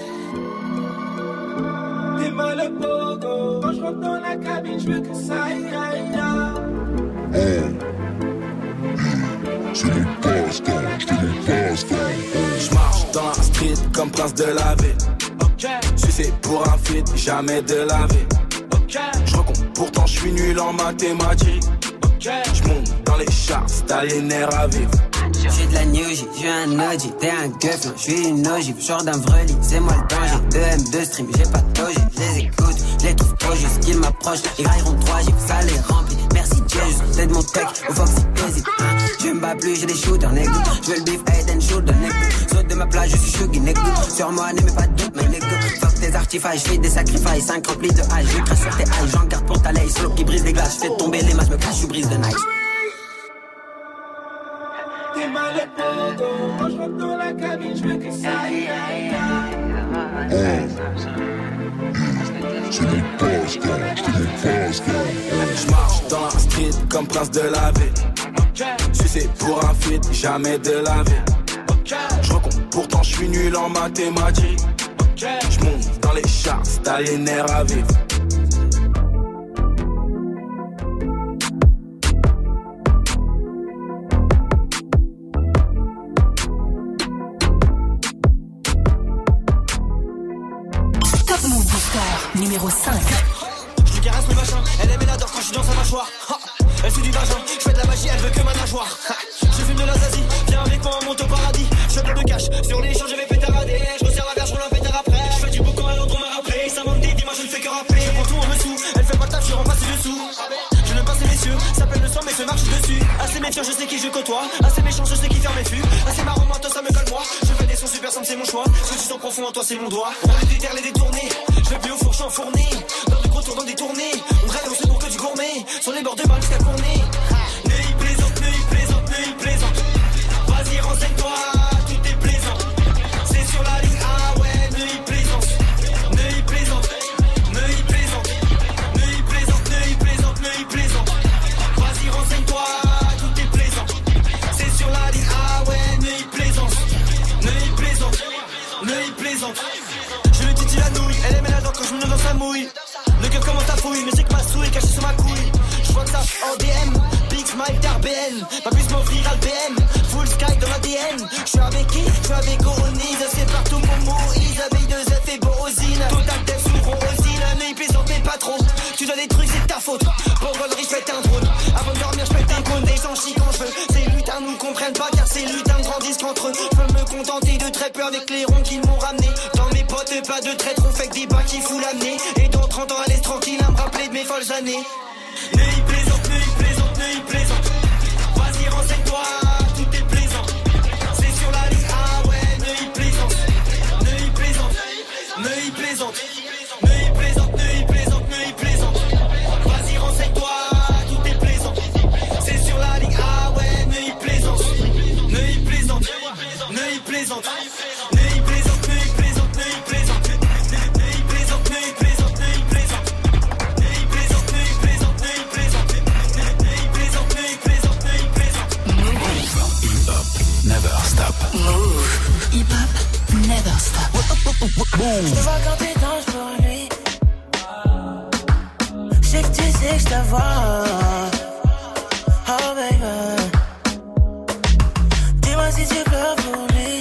T'es mal au pogo. Quand je rentre dans la cabine, je veux que ça aille. C'est le passe-temps, je marche dans la street comme prince de la ville. Sucé pour un feat, jamais de la vie. Je recompte, pourtant je suis nul en mathématiques. Je monte dans les charts, t'as les nerfs à vivre. J'suis de la New J, j'suis un OG, t'es un gueuf, j'suis une ogive, j'sors d'un vrai lit, c'est moi le danger. 2M, 2 stream, j'ai pas de doji, j'les écoute, j'les trouve trop juste qu'ils m'approchent. Ils railleront 3 gifs, ça les remplit. Merci Jesus, t'aides mon tech, au Fox hésite. Je me bats plus, j'ai des shooters, négou. J'veux le beef, head and shoulder, négou. Saute de ma plage, je suis chuggy, négou. Sur moi, n'aimez pas de doute, mais négou. Fuck tes artifices, j'fais des sacrifices, 5 remplis de hache. Je crache sur tes haches, j'en garde pour ta laisse. Solo qui brise les glaces, j'fais tomber les masses, me cache, je brise de nice. T'es mal au pogo, quand je rentre dans la cabine, je veux que ça aille. C'est le passe-temps, je marche dans la street comme prince de la ville. Sucé pour un feat, jamais de la vie. Je recompte, pourtant je suis nul en mathématiques. Je monte dans les charts, t'as les nerfs à vivre. Booster, numéro 5. Je lui caresse le machin, elle aime et l'adore quand je suis dans sa mâchoire. Elle suit du vagin, je fais de la magie, elle veut que ma nageoire. Je fume de la zazie, viens avec moi, on monte au paradis. Je plein de cash, sur les champs je vais pétarader. Je resserre la verge, je roule un pétard après. Je fais du beau quand à l'autre on m'a rappelé. Ça m'en dit, dis-moi je ne fais que rappeler. Je prends tout en dessous, elle fait pas de taf, je renpasse dessous. Je n'aime pas ces messieurs, ça peine le sang mais se marche dessus. Assez méfiant, je sais qui je côtoie. Assez méchant, je sais qui ferme mes fûts. Assez marrant, moi toi ça me colle moi. Je fais des sons super simples, c'est mon choix. Ce que tu sens profond en toi, c'est mon doigt. On va les les détourner. Je vais plus au four, je suis enfourné. Dans du gros tour, dans des tournées. On rêve, on se pour que du gourmet. Sur les bords de mal jusqu'à Cournay. Neuilly plaisante, Neuilly plaisante, Neuilly plaisante. Vas-y, renseigne-toi, tout est plaisant. C'est sur la ligne, ah ouais, Neuilly plaisante. Neuilly plaisante, Neuilly plaisante. Neuilly plaisante, Neuilly plaisante, Neuilly plaisante. Vas-y, renseigne-toi, tout est plaisant. C'est sur la ligne, ah ouais, Neuilly plaisante. Neuilly plaisante, Neuilly plaisante. Je lui titille la nouille, elle aime la dent quand je me nomme dans sa mouille. Le cœur commence à fouiller, mais c'est que ma souille est cachée sur ma couille. Je vois que ça en DM, Big Smile d'RBN. Pas plus m'offrir à l'BM, full sky dans l'ADN. Je suis avec qui? Je suis avec Oronise. C'est partout mon Moïse, avec 2F et Borosine. Total Def sous Rosine, un œil plaisant mais pas trop. Tu dois des trucs, c'est ta faute. Pour Gollery, je pète un drone. Avant de dormir, je pète un cône. Des gens chient quand je veux. Ces lutins nous comprennent pas car ces lutins grandissent qu'entre eux. Je peux me contenter de très peu avec les ronds qu'ils m'ont ramené. Dans mes potes, pas de traître, on fait que des bacs qui fout l'amener. Et dans 30 ans, elle est tranquille à me rappeler de mes folles années. Neuilly plaisante, Neuilly plaisante, Neuilly plaisante. Vas-y, renseigne-toi, tout est plaisant. C'est sur la ligne, ah ouais, Neuilly plaisante. Neuilly plaisante, Neuilly plaisante. Neuilly plaisante, Neuilly plaisante, Neuilly plaisante. Vas-y, renseigne-toi, tout est plaisant. C'est sur la ligne, ah ouais, Neuilly plaisante. Neuilly plaisante, Neuilly plaisante. Neuilly plaisante, Neuilly plaisante, Neuilly plaisante. Neuilly plaisante, Neuilly plaisante, Neuilly plaisante. Neuilly plaisante, Neuilly plaisante, Neuilly plaisante. Neuilly plaisante, Neuilly plaisante, Neuilly plaisante. Hip-hop, never stop. Move. Hip-hop, never stop. Je te vois quand t'es danses pour lui. Je sais que tu sais que je te vois. Oh baby. Dis-moi si tu pleures pour lui.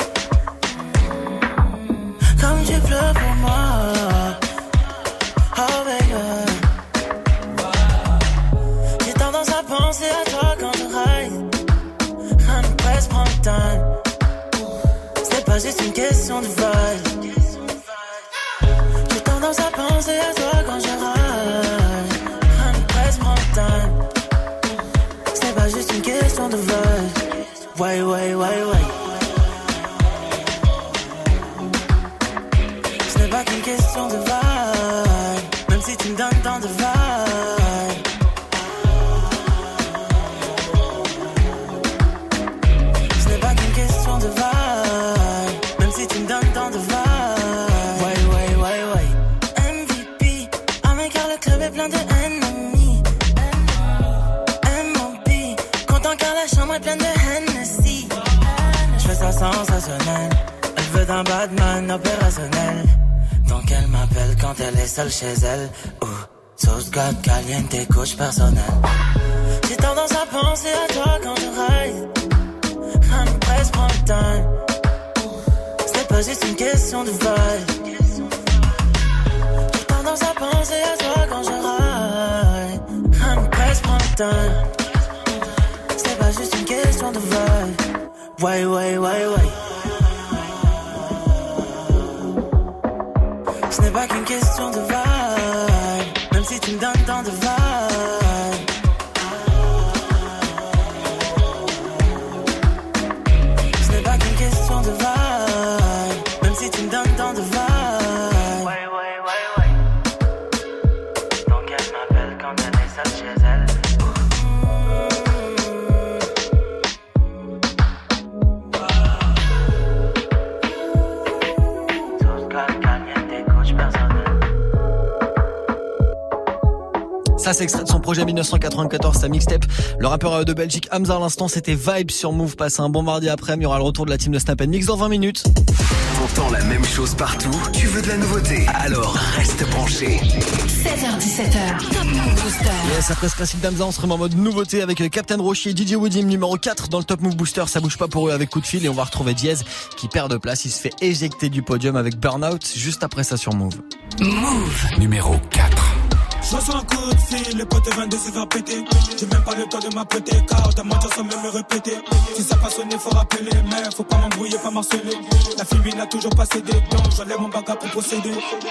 Comme tu pleures pour moi. Oh baby. J'ai tendance à penser à toi quand je ride. Rien ne presse, prends le temps. C'est pas juste une question de vibe. J'ai tendance à penser à toi quand je ride. Rien ne presse, prends le temps. C'est pas juste une question de vibe. Ouais, ouais, ouais, ouais. Ce n'est pas qu'une question de vibe. Même si tu me donnes tant de vibe. Ce n'est pas qu'une question de vibe. Même si tu me donnes tant de vibe. Ouais, ouais, ouais, ouais. MVP, ah mais car le club est plein de ennemis. M.O.P, content car la chambre est pleine de Hennessy. Je fais ça sensationnel. Elle veut d'un Batman opérationnel. Donc elle m'appelle quand elle est seule chez elle. Sauce God caliente, coach personnel. J'ai tendance à penser à toi quand je ride. Rien ne presse, prends le temps. C'est pas juste une question de vibe. J'ai tendance à penser à toi quand je ride. Rien ne presse, prends le temps. C'est pas juste une question de vibe. Ouais, ouais, ouais, ouais. Ce n'est pas qu'une question de vibe. Même si tu me donnes tant de vibe. Ce n'est pas qu'une question de vibe. Même si tu me donnes tant de vibe. Ouais, ouais, ouais, ouais. Donc elle m'appelle quand elle est seule chez elle. Ça, c'est extrait de son projet 1994, sa mixtape. Le rappeur de Belgique, Hamza, à l'instant, c'était Vibe sur Move. Passe un bon mardi après, il y aura le retour de la team de Snap & Mix dans 20 minutes. T'entends la même chose partout, tu veux de la nouveauté, alors reste branché. 16h17h, Top Move Booster. Yes, après ce classique d'Amza, on se remet en mode nouveauté avec Captain Rocher et DJ Woodim numéro 4 dans le Top Move Booster. Ça bouge pas pour eux avec coup de fil et on va retrouver Diez qui perd de place. Il se fait éjecter du podium avec Burnout juste après ça sur Move. Move Numéro 4. Je reçois un coup de fil, le pote 22 se faire péter. J'ai même pas le temps de m'apprêter, car ta mentir sans même me répéter. Si ça pas sonné, faut rappeler, mais faut pas m'embrouiller, pas marceler. La fille n'a toujours pas cédé, donc j'enlève mon bagage pour procéder.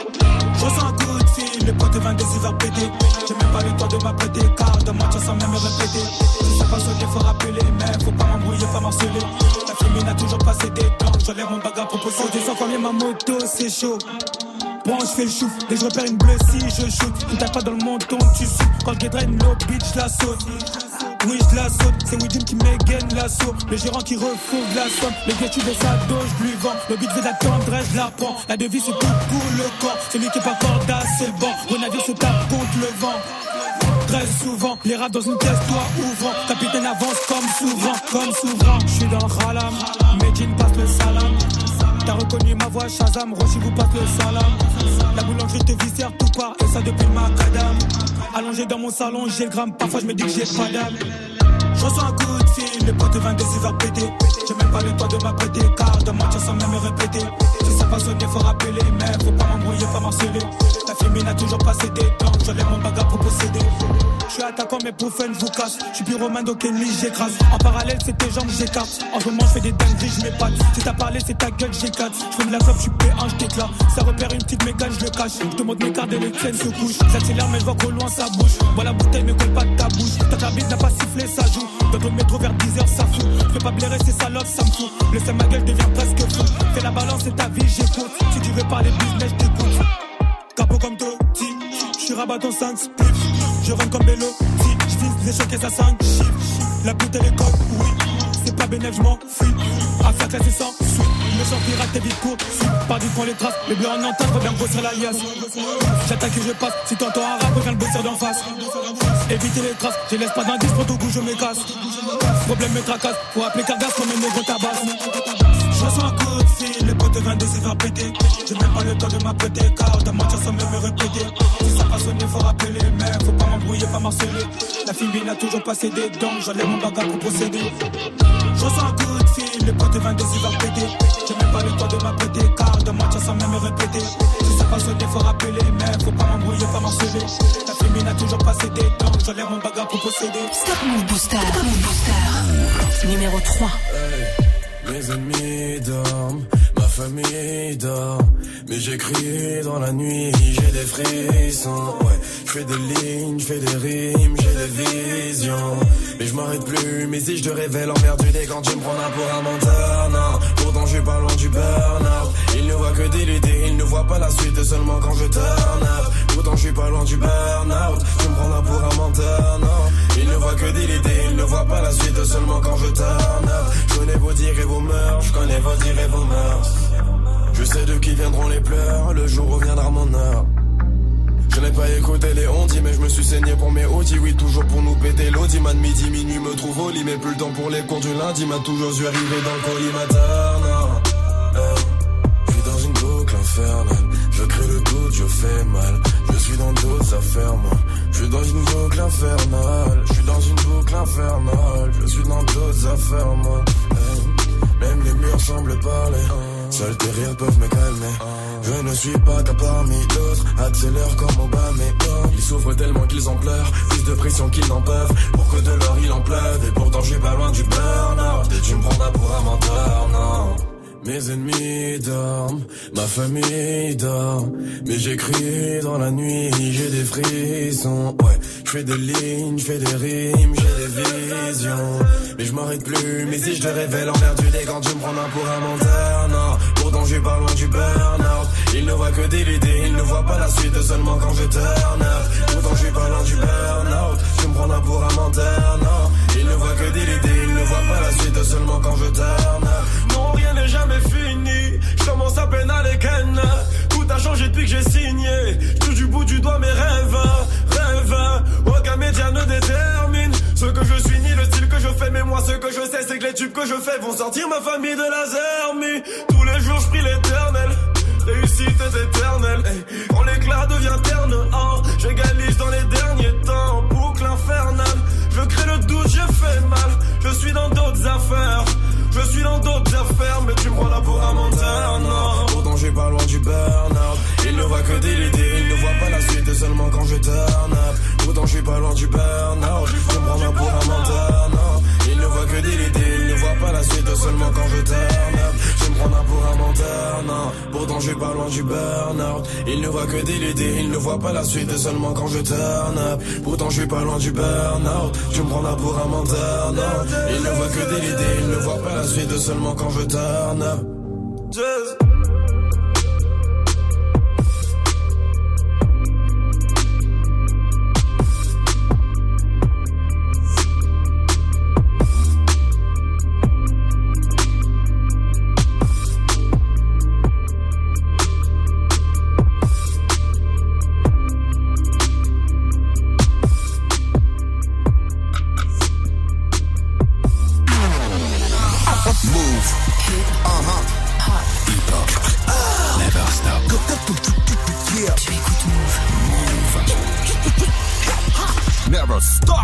Je reçois un coup de fil, le pote 22 se faire péter. J'ai même pas le temps de m'apprêter, car ta mentir sans même me répéter. Si ça pas sonné, faut rappeler, mais faut pas m'embrouiller, pas marceler. La fille n'a toujours pas cédé, donc j'enlève mon bagage pour procéder. Descends combien ma moto, c'est chaud. Bon, je fais le chouf, et je repère une bleue si je shoot. Tu tape pas dans le menton, tu sautes. Quand je draine no bitch, la saute. Oui, je la saute, c'est Widim qui m'égaine l'assaut. Le gérant qui refourgue la somme. Le gars tu de sa dos, je lui vends. Le but veut d'attendre, je la prends. La devise c'est tout pour le corps. Celui qui est pas cordasse, c'est le banc. Renavire se tape contre le vent. Très souvent, les rats dans une caisse, toi ouvrant. Capitaine avance comme souverain. Je suis dans le ralam, Medine passe le salam. T'as reconnu ma voix, Shazam, Roshi vous passe le salam. La boulangerie te viscère tout part, et ça depuis le macadam. Allongé dans mon salon, j'ai le gramme, parfois je me dis que j'ai pas d'âme. Je reçois un coup de fil, le pote 22 s'est fait péter. J'ai même pas le temps de m'apprêter, car de mentir sans même me répéter. Si ça pas sonné, faut rappeler, mais faut pas m'embrouiller, pas marceler. La fille n'a toujours pas cédé, donc j'enlève mon bagage pour posséder. Je suis attaquant, mais pour fun, je vous casse. Je suis pyromane, donc ennemi, j'écrase. En parallèle, c'est tes jambes, j'écarte. En ce moment, je fais des dingueries, je m'épate. Si t'as parlé, c'est ta gueule, j'éclate. Je fais de la clope, je suis P1, je t'éclate. Ça repère une petite mégane, je le cache. Je te montre mes cartes et les tiennes se couchent. J'accélère, mais je vois qu'au loin, ça bouge. Voilà, la bouteille ne colle pas de ta bouche. Ta carbide n'a pas sifflé, ça joue. Dans le métro vers 10h, ça fout. Je peux pas blairer ces salopes, ça me fout. Le seul ma gueule devient presque fou. Fais la balance, c'est ta vie, j'écoute. Si tu veux parler business, je t'écoute. Capot comme Totti, je suis rabat en 5 spliff. Je rentre comme Bello, je vise les chocs et ça 5 chiffres. La bouteille est coque, oui. C'est pas bénéf, je m'en fuis. Affaire classée sans suite. Le champ pirate, t'es vite court. Pas du point les traces. Les bleus en entente, faut bien grossir la liasse. J'attaque et je passe. Si t'entends un rap, reviens le bosser d'en face. Éviter les traces, je laisse pas d'indice pour tout coup, je me casse. Problème me tracasse, faut appeler Cargas comme un négro tabasse. Je reçois un coup de fil, le pote 22 s'est fait péter. J'ai même pas le temps de m'apprêter, car de mentir sans même me répéter. Si ça pas sonné, faut rappeler, mais faut pas m'embrouiller, pas marceler. La fille n'a toujours pas cédé, donc j'enlève mon bagage pour procéder. Je reçois un coup de fil, le pote 22 s'est fait péter. J'ai même pas le temps de m'apprêter, car de mentir sans même me répéter. Si ça pas sonné, faut rappeler, mais faut pas m'embrouiller, pas marceler. La fille n'a toujours pas cédé, donc j'enlève mon bagage pour procéder. Stop Move Booster, Top Move Booster. Numéro 3. Mes ennemis dorment, ma famille dort. Mais j'écris dans la nuit, j'ai des frissons. Ouais, je fais des lignes, je fais des rimes, j'ai des visions. Mais je m'arrête plus, mais si je te révèle emmerdé quand tu me prendras pour un menteur, non. Pourtant je suis pas loin du burn-out. Il ne voit que des idées, il ne voit pas la suite seulement quand je turn up. Pourtant je suis pas loin du burn-out. Tu me prendras pour un menteur, non. Il ne voit que des idées, il ne voit pas la suite seulement quand je turn up. Je connais vos dires et vos mœurs, je connais vos dires et vos mœurs. Je sais de qui viendront les pleurs, le jour reviendra mon heure. Je n'ai pas écouté les ondis, mais je me suis saigné pour mes audis. Oui, toujours pour nous péter l'audi. Man, midi, minuit me trouve au lit, mais plus le temps pour les cours du lundi. M'a toujours dû arriver dans le collimateur, non. Je suis dans une boucle infernale. Je crée le doute, je fais mal. Je suis dans d'autres affaires, moi. Je suis dans une boucle infernale. Je suis dans une boucle infernale. Je suis dans d'autres affaires, moi. Même les murs semblent parler. Seuls tes rires peuvent me calmer. Je ne suis pas qu'à parmi d'autres. Accélère comme Obama et Bob. Ils souffrent tellement qu'ils en pleurent. Plus de pression qu'ils n'en peuvent. Pour que de l'or il en pleuve. Et pourtant je suis pas loin du burn-out. Et tu me prendras pour un menteur, non. Mes ennemis dorment, ma famille dort. Mais j'écris dans la nuit, j'ai des frissons. Ouais, je fais des lignes, je fais des rimes, j'ai des visions. Mais je m'arrête plus, mais si je te révèle emmerdé quand tu me prends pour un menteur, non. Pourtant je suis pas loin du burn-out. Il ne voit que des idées, il ne voit pas la suite seulement quand je turn up. Pourtant je suis pas loin du burn-out. Tu me prends pour un menteur, non. Il ne voit que des idées, il ne voit pas la suite seulement quand je turn up. Non, rien n'est jamais fini, je commence à peine à les ken. Tout a changé depuis que j'ai signé. Je touche du bout du doigt mes rêves. Aucun média ne détermine ce que je suis ni le style que je fais. Mais moi ce que je sais c'est que les tubes que que je fais vont sortir ma famille de la zermie. Tous les jours je prie l'éternel, réussite est éternelle. Quand l'éclat devient terne, oh, j'égalise dans les derniers temps. Boucle infernale, je crée le doute, j'ai fait mal. Je suis dans d'autres affaires, je suis dans d'autres affaires, mais tu me prends là pour un menteur, non. Pourtant j'ai pas loin du burn-out. Il ne voit que des idées, il ne voit pas la suite seulement quand je turn up. Pourtant j'ai pas loin du burn-out. Tu me prends là pour un menteur, non. Il ne voit que des idées, il ne voit pas la suite seulement quand je turn up. Je me prends là pour un menteur, non. Pourtant j'ai pas loin du burn-out. Il ne voit que des idées, il ne voit pas la suite seulement quand je turn up. Pourtant je suis pas loin du burn-out. Tu me prends là pour un menteur, non. Il ne voit que des idées, il ne voit pas la suite seulement quand je turn up. Just Never stop.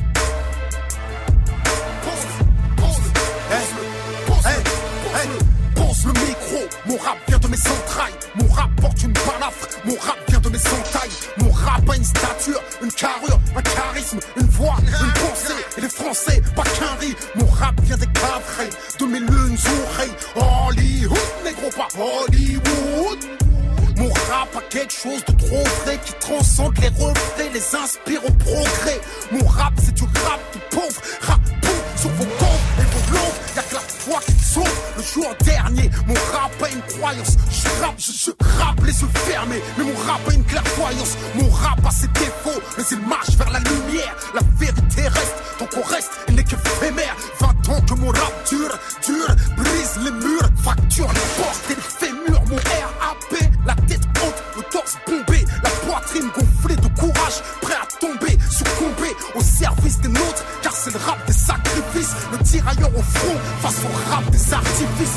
Pose le micro, mon rap vient de mes entrailles. Mon rap porte une balafre, mon rap vient de mes entailles. Mon rap a une stature, une carrure, un charisme, une voix, une pensée. Et les Français, pas qu'un riz. Mon rap vient des cavrets, de mes lunes oreilles. Hollywood, négro, pas Hollywood. Mon rap a quelque chose de trop vrai qui transcende les refrains, les inspire au progrès. Mon rap c'est du rap de pauvre, rap pauvre sur vos comptes et vos langues. Y'a que la foi qui sauve le jour dernier. Mon rap a une croyance, je rappe les yeux fermés. Mais mon rap a une clairvoyance, mon rap a ses défauts, mais il marche vers la lumière. La vérité reste, tant qu'on reste, il n'est qu'éphémère. 20 ans que mon rap dure, brise les murs, fracture les portes et les fémurs. Mon RAP, la tête haute, le torse bombé, la poitrine gonflée de courage, prêt à tomber, succomber au service des nôtres, car c'est le rap des sacrifices, le tirailleur au front face au rap des artifices.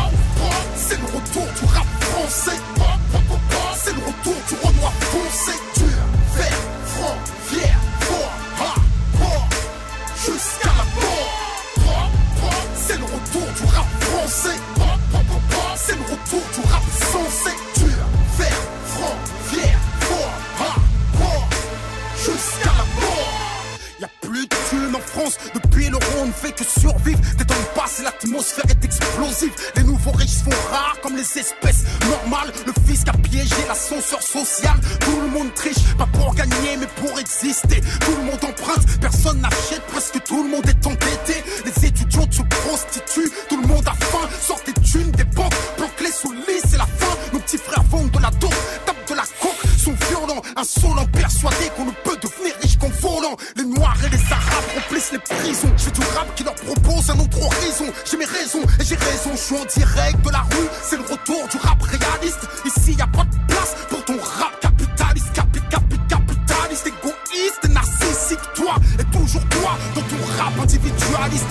C'est le retour du rap français, c'est le retour du Renoir foncé, dur, vert, franc, fier, fort, hardcore, jusqu'à la mort. C'est le retour du rap français, c'est le retour du rap sensé, dur, vert, franc, fier, fort, hardcore, jusqu'à la mort. Y'a plus de thunes en France, depuis l'euro on ne fait que survivre. T'étonnes pas si l'atmosphère est explosive. Les nouveaux riches sont rares comme les espèces normales. Le fisc a piégé l'ascenseur social. Tout le monde triche, pas pour gagner mais pour exister. Tout le monde emprunte, personne n'achète, presque tout le monde est endetté. Les étudiants se prostituent, tout le monde a faim. Sortez de thunes des banques, planquez sous le lit, c'est la fin. Nos petits frères vendent de la dope, tapent de la coke, sont violents, insolents, persuadés qu'on ne peut devenir riche qu'en volant. Les noirs et les arabes remplissent les prisons. Je fais du rap qui leur propose un autre horizon. J'ai mes raisons et j'ai raison, je suis en direct de la rue. C'est le retour du rap réaliste. Ici y a pas de place pour ton rap capitaliste. Capitaliste, égoïste, narcissique. Toi et toujours toi dans ton rap individualiste.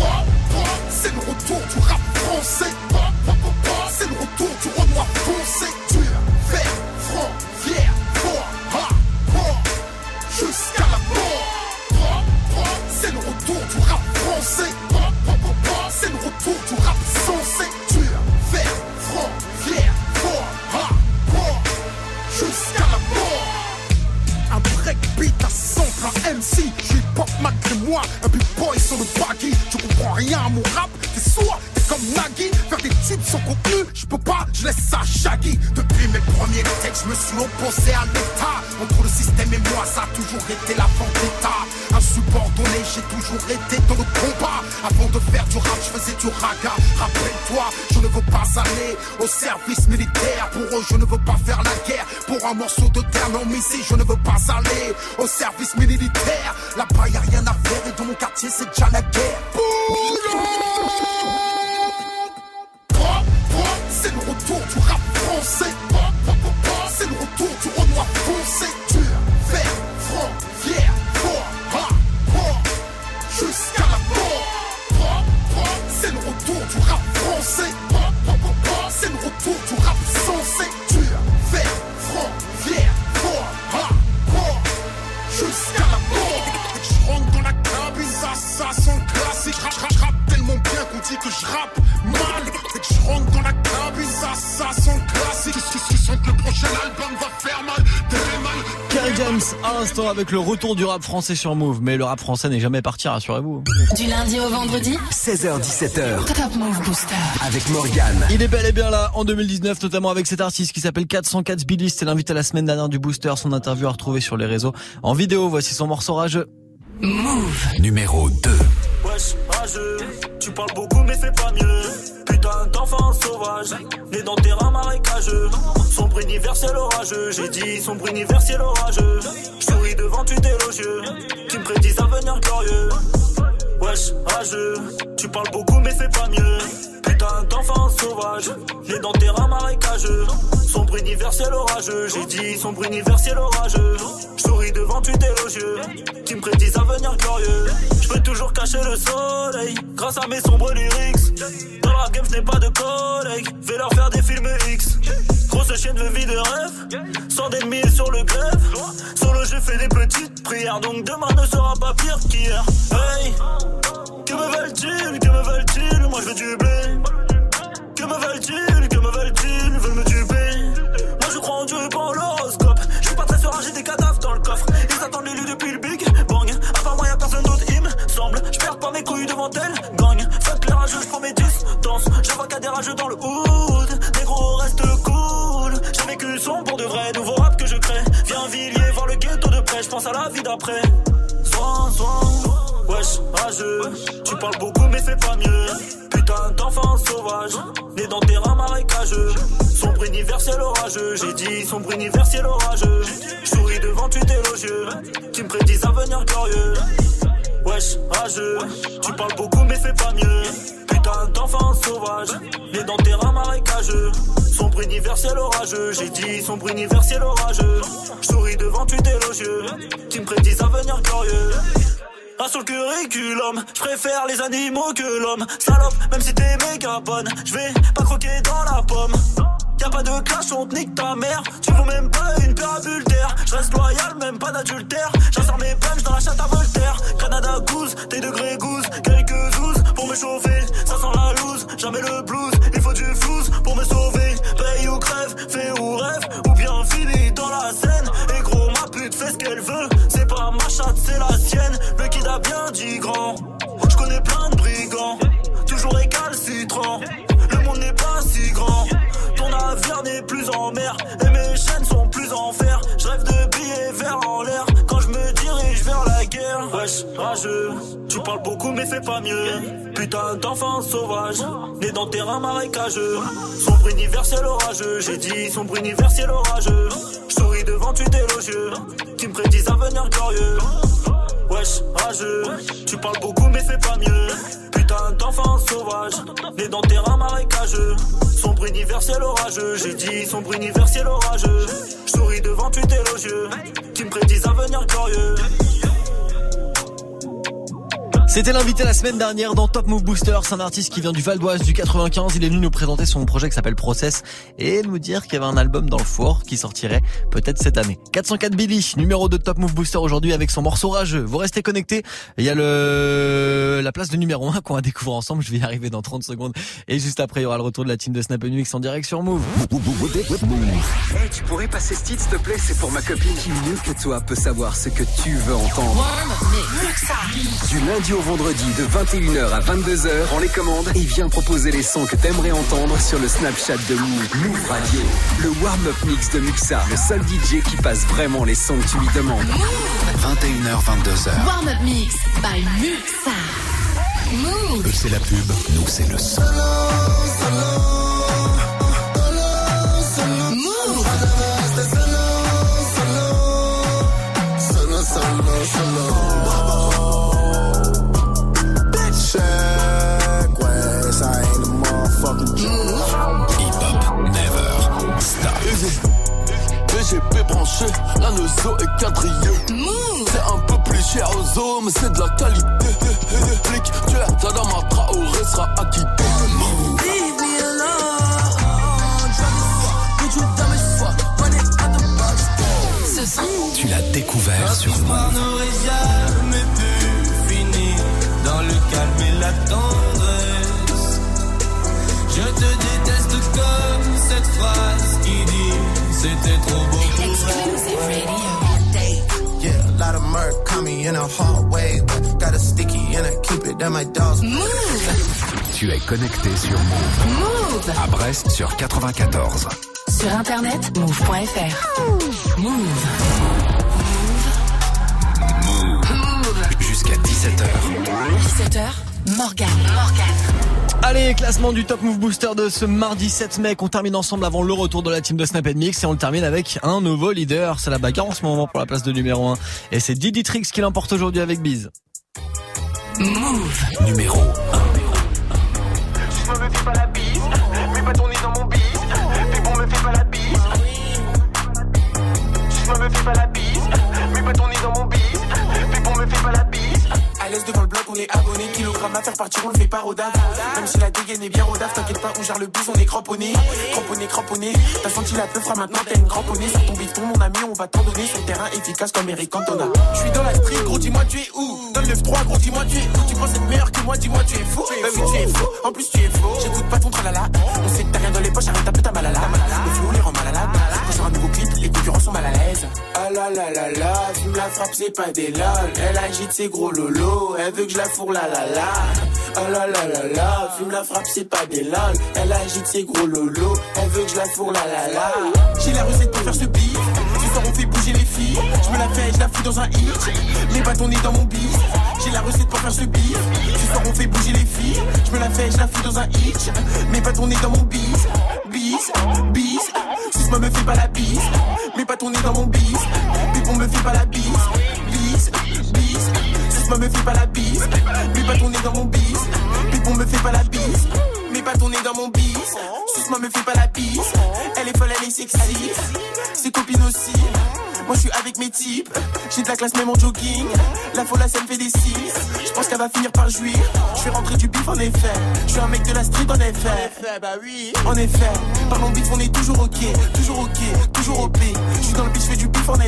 C'est le retour du rap français. C'est le retour du Renoir foncé. Dur, vert, franc, fier, fort, hardcore, jusqu'à la mort. C'est le retour du rap français. C'est le retour du rap sensé. Dur, vert, franc, fier, fort, hardcore, jusqu'à la mort. Un breakbeat à sample, un MC. J'suis pop malgré moi, un big boy sur le baggy. Tu comprends rien à mon rap, t'es sourd, t'es comme Nagui. Faire des tubes sans contenu, j'peux pas, j'laisse ça shaggy. Depuis mes premiers textes, j'me suis opposé à l'état. Entre le système et moi, ça a toujours été la vendetta. Insubordonné, j'ai toujours été dans le combat. Avant de faire du rap, j'faisais du raga. Rappelle-toi, je ne veux pas aller au service militaire. Pour eux, je ne veux pas faire la guerre. Pour un morceau de terre, non, mais ici, je ne veux pas aller au service militaire. Là-bas, y'a rien à faire et dans mon quartier, c'est déjà la guerre. C'est le retour du rap français. C'est le retour du Renoir foncé. Dur, vert, franc, fier, fort, hardcore, jusqu'à la mort. C'est qui sent que le prochain album va faire mal. Kerry James à l'instant avec le retour du rap français sur Move. Mais le rap français n'est jamais parti, rassurez-vous. Du lundi au vendredi 16h-17h. Top Move Booster Avec Morgane. Il est bel et bien là en 2019, notamment avec cet artiste qui s'appelle 404 Billy. C'est l'invité la semaine dernière du Booster. Son interview à retrouver sur les réseaux en vidéo. Voici son morceau rageux. Move Numéro 2. Wesh, rageux, tu parles beaucoup mais fais pas mieux. Putain d'enfant sauvage, né dans terrain marécageux. Sombre universel orageux, j'ai dit sombre universel orageux. J'souris devant tu élogieux, qui me prédisent un avenir glorieux. Wesh, rageux, tu parles beaucoup mais fais pas mieux. Putain d'enfant sauvage, né dans terrain marécageux. Sombre universel orageux, j'ai dit sombre universel orageux. J'souris devant tu élogieux, qui me prédisent un avenir glorieux. J'peux toujours cacher le soleil, grâce à mes sombres lyrics. Dans la game j'n'ai pas de collègues, vais leur faire des films X. Grosse chienne de vie de rêve, sans d'ennemis sur le grève. Solo je fais des petites prières, donc demain ne sera pas pire qu'hier. Hey, que me veulent-ils, que me veulent-ils, moi je veux du blé. Que me veulent-ils, que me veulent-ils, veulent me duper. Moi je crois en Dieu et pas en l'horoscope. Je suis pas très serein, j'ai des cadavres dans le coffre. Ils attendent l'élu depuis le Big Bang. À part moi y'a personne d'autre, il me semble. Je perds pas mes couilles devant elle, gagne. Fuck les rageux, je prends mes distances. Je vois qu'il y a des rageux dans le hood. Négro reste cool. J'ai vécu sombre pour de vrai, nouveau rap que je crée. Viens Villiers, voir le ghetto de près. Je pense à la vie d'après. Soin, wesh, rageux. Tu parles beaucoup mais fais pas mieux. Putain d'enfant sauvage, né dans terrain marécageux. Sombre universel orageux, j'ai dit sombre universel orageux. J'souris devant tu élogieux, qui me prédisent un avenir glorieux. Wesh, rageux, tu parles beaucoup mais fais pas mieux. Putain d'enfant sauvage, né dans terrain marécageux. Sombre universel orageux, j'ai dit sombre universel orageux. J'souris devant tu élogieux, qui me prédisent un avenir glorieux. Ah, sur le curriculum, je préfère les animaux que l'homme. Salope, même si t'es méga bonne, je vais pas croquer dans la pomme. Y'a pas de clash, on te nique ta mère. Tu vaux même pas une paire adultère. Je reste loyal, même pas d'adultère. J'insère mes punch dans la chatte à Voltaire. Canada Goose, tes degrés goose. Quelques zouzes pour me chauffer. Ça sent la loose, jamais le blues. Il faut du flouze pour me sauver. Paye ou crève, fais ou rêve. Ou bien finis dans la scène. Et gros, ma pute fait ce qu'elle veut. C'est pas ma chatte, c'est la sienne. Le kid a bien dit grand. Je connais plein de brigands. Toujours récalcitrant. Le monde n'est pas si grand. Ton navire n'est plus en mer et mes chaînes sont plus en fer. Je rêve de billets verts en l'air quand je me dirige vers la guerre. Wesh, rageux, tu parles beaucoup mais fais pas mieux. Putain d'enfant sauvage, né dans terrain marécageux. Sombre universel orageux, j'ai dit sombre universel orageux. J'souris devant tu élogieux, qui me prédisent un avenir glorieux. Wesh, rageux, tu parles beaucoup mais fais pas mieux. Putain d'enfant sauvage, né dans terrain marécageux. Sombre universel orageux, j'ai dit sombre universel orageux. J'souris devant tu élogieux, qui me prédisent un avenir glorieux. C'était l'invité la semaine dernière dans Top Move Booster. C'est un artiste qui vient du Val d'Oise, du 95. Il est venu nous présenter son projet qui s'appelle Process et nous dire qu'il y avait un album dans le four qui sortirait peut-être cette année. 404 Billy, numéro 2 de Top Move Booster aujourd'hui avec son morceau rageux. Vous restez connectés. Il y a la place de numéro 1 qu'on va découvrir ensemble. Je vais y arriver dans 30 secondes. Et juste après, il y aura le retour de la team de Snap & Mix en direct sur Move. Hey, tu pourrais passer ce titre, s'il te plaît? C'est pour ma copine. Qui mieux que toi peut savoir ce que tu veux entendre? Du lundi au vendredi de 21h à 22h, prends les commandes et viens proposer les sons que t'aimerais entendre sur le Snapchat de Move. Move Radio, le warm-up mix de Muxa, le seul DJ qui passe vraiment les sons que tu lui demandes. 21h, 22h. Warm-up mix by Muxa. Move. Eux c'est la pub, nous c'est le son. BGP branché, la Neuzo est quadrillée. C'est un peu plus cher aux hommes, mais c'est de la qualité. Flic, tu es Tadama Traoré sera acquitté. Leave me alone. Put you down as fuck, run it out the box. Ce son, Tu l'as découvert sur Move. n'aurait jamais pu finir dans le calme et la tendresse. Je te déteste comme cette phrase qui dit c'était trop beau pour vrai. Yeah, a lot of murk caught me in a hard way, but got a sticky and I keep it at my dog's. Tu es connecté sur Move. À Brest sur 94. Sur internet, move.fr. Move. Jusqu'à 17h. 17h, Morgane. Allez, classement du Top Move Booster de ce mardi 7 mai qu'on termine ensemble avant le retour de la team de Snap & Mix et on le termine avec un nouveau leader. C'est la bagarre en ce moment pour la place de numéro 1 et c'est Didi Trix qui l'emporte aujourd'hui avec Biz. Move. Numéro 1. Je me fais pas la bise, mets pas ton nez dans mon bise. Fais bon, me fais pas la bise. Je me fais pas la bise, mets pas ton nez dans mon bise. Fais bon, me fais pas la bise. À l'aise devant le bloc, on est abonné. Kilogramme à faire partir, on le fait pas rodave. Même si la dégaine est bien rodave, t'inquiète pas, on gère le bus, on est cramponné. Cramponné. T'as senti la peufra, maintenant t'as une cramponnée. Sur ton bifton, mon ami, on va t'en donner. Sur le terrain efficace comme Eric Cantona. J'suis dans la street, gros, dis-moi tu es où? Dans le 9-3, gros, dis-moi tu es où? Tu penses être meilleur que moi, dis-moi tu es fou. Bah oui, tu es faux, en plus tu es faux. J'écoute pas ton tralala. On sait que t'as rien dans les poches, arrête un peu ta malala. Le flow les rend malades. Quand sur un nouveau clip, les concurrents sont mal à l'aise. Ah la la la la, fume la frappe, c'est pas des lol. Elle agite ses gros lolos, elle veut que je la fourre la la la. Ah la la la la, fume la frappe, c'est pas des lol. Elle agite ses gros lolos, elle veut que je la fourre la la la. J'ai la recette pour faire ce beat. Ce soir on fait bouger les filles. Je me la fais, je la fous dans un hit. Mets pas ton nez dans mon bif. J'ai la recette pour faire ce beat. Ce soir on fait bouger les filles. Je me la fais, je la fous dans un hit. Mets pas ton nez dans mon bif. Bis. Suce-moi, me fais pas la bise. Mets pas ton nez dans mon bise. Pépon, me fais pas la bise. Bis. Suce-moi, me fais pas la bise. Mets pas ton nez dans mon bise. Pépon, me fais pas la bise. Mets pas ton nez dans mon bise. Suce-moi, me fais pas la bise. Elle est folle, elle est sexy. Ses copines aussi. Moi je suis avec mes types, j'ai de la classe même en jogging. La folle elle me fait des 6. Je pense qu'elle va finir par jouir. Je fais rentrer du bif en effet. Je suis un mec de la street en effet. Bah oui. En effet, parlons bif on est toujours ok, toujours OP. Je suis dans le bif, je fais du bif en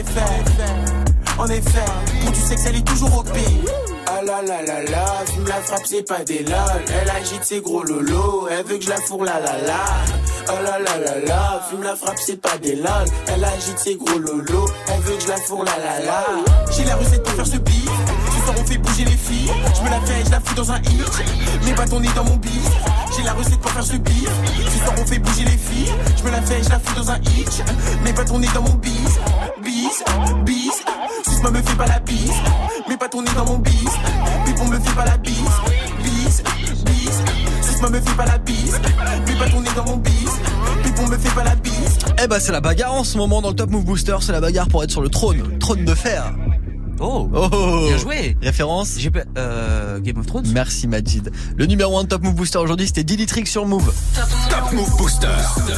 effet, pour du sexe elle est toujours OP. Ah la la la la, fume la frappe c'est pas des lol. Elle agite ses gros lolos, elle veut que je la fourre la la la. Ah la la la la, fume la frappe c'est pas des lol. Elle agite ses gros lolos, elle veut que je la fourre la la la. J'ai la recette pour faire ce beat. Ce soir on fait bouger les filles. Je me la fais, je la fous dans un hit. Mets pas ton nez dans mon bif. J'ai la recette pour faire ce beat. Ce soir on fait bouger les filles. Je me la fais, je la fous dans un hit. Mets pas ton nez dans mon bif. Bis. Suce-moi, me fais pas la bise. Mets pas ton nez dans mon bise. Pépon, me fais pas la bise. Bis. Suce-moi, me fais pas la bise. Mets pas ton nez dans mon bise. Pépon, me fais pas la bise. Eh bah c'est la bagarre en ce moment dans le Top Move Booster. C'est la bagarre pour être sur le trône de fer. Oh, bien joué. Référence Game of Thrones. Merci Majid. Le numéro 1 de Top Move Booster aujourd'hui c'était Didi Trix sur Move. Top Move Booster.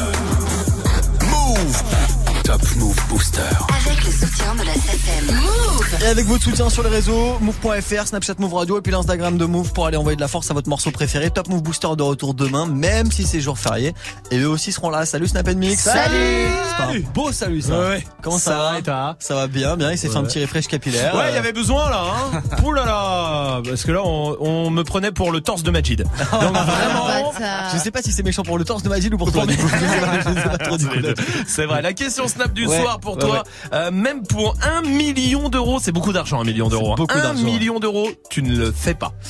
Move. Top Move Booster. Avec le soutien de la SFM. Move. Et avec votre soutien sur les réseaux, Move.fr, Snapchat Move Radio et puis l'Instagram de Move pour aller envoyer de la force à votre morceau préféré. Top Move Booster de retour demain, même si c'est jour férié. Et eux aussi seront là. Salut Snap & Mix. Salut. C'est un beau salut ça. Ouais. Comment ça va et toi? Ça va bien. Il s'est fait un petit refresh capillaire. Ouais, il y avait besoin là. Hein. Ouh là là. Parce que là, on me prenait pour le torse de Majid. Donc vraiment. Je sais pas si c'est méchant pour le torse de Majid ou pour toi. Du coup. Je sais pas trop du coup. C'est vrai. La question Snap du soir pour toi. Même pour 1 million d'euros, c'est beaucoup d'argent, 1 million d'euros. Beaucoup 1 d'argent, million d'euros, tu ne le fais pas.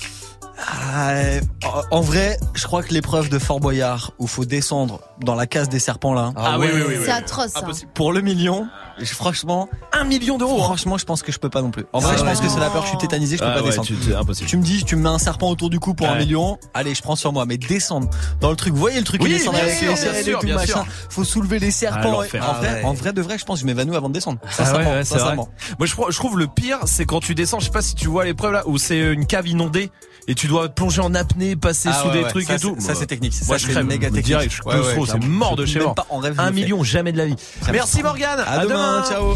En vrai, je crois que l'épreuve de Fort Boyard où faut descendre dans la case des serpents là. Ah oui. C'est atroce ça. Pour le million, franchement, 1 million d'euros. Franchement, je pense que je peux pas non plus. En vrai, je pense que c'est la peur, je suis tétanisé, je peux pas descendre. C'est impossible. Tu me dis, tu me mets un serpent autour du cou pour 1 million, allez, je prends sur moi, mais descendre dans le truc, vous voyez le truc, oui, descendre avec les serres et tout machin, faut soulever les serpents. En vrai de vrai, je pense que je m'évanouis avant de descendre. Sincèrement. Moi, je trouve le pire, c'est quand tu descends, je sais pas si tu vois l'épreuve là, où c'est une cave inondée. Et tu dois plonger en apnée, passer sous des trucs et tout. Ça c'est technique. Moi je crève méga technique. Je suis claustro, c'est mort de chez mort. 1 million, jamais de la vie. Merci Morgane. À demain. Ciao.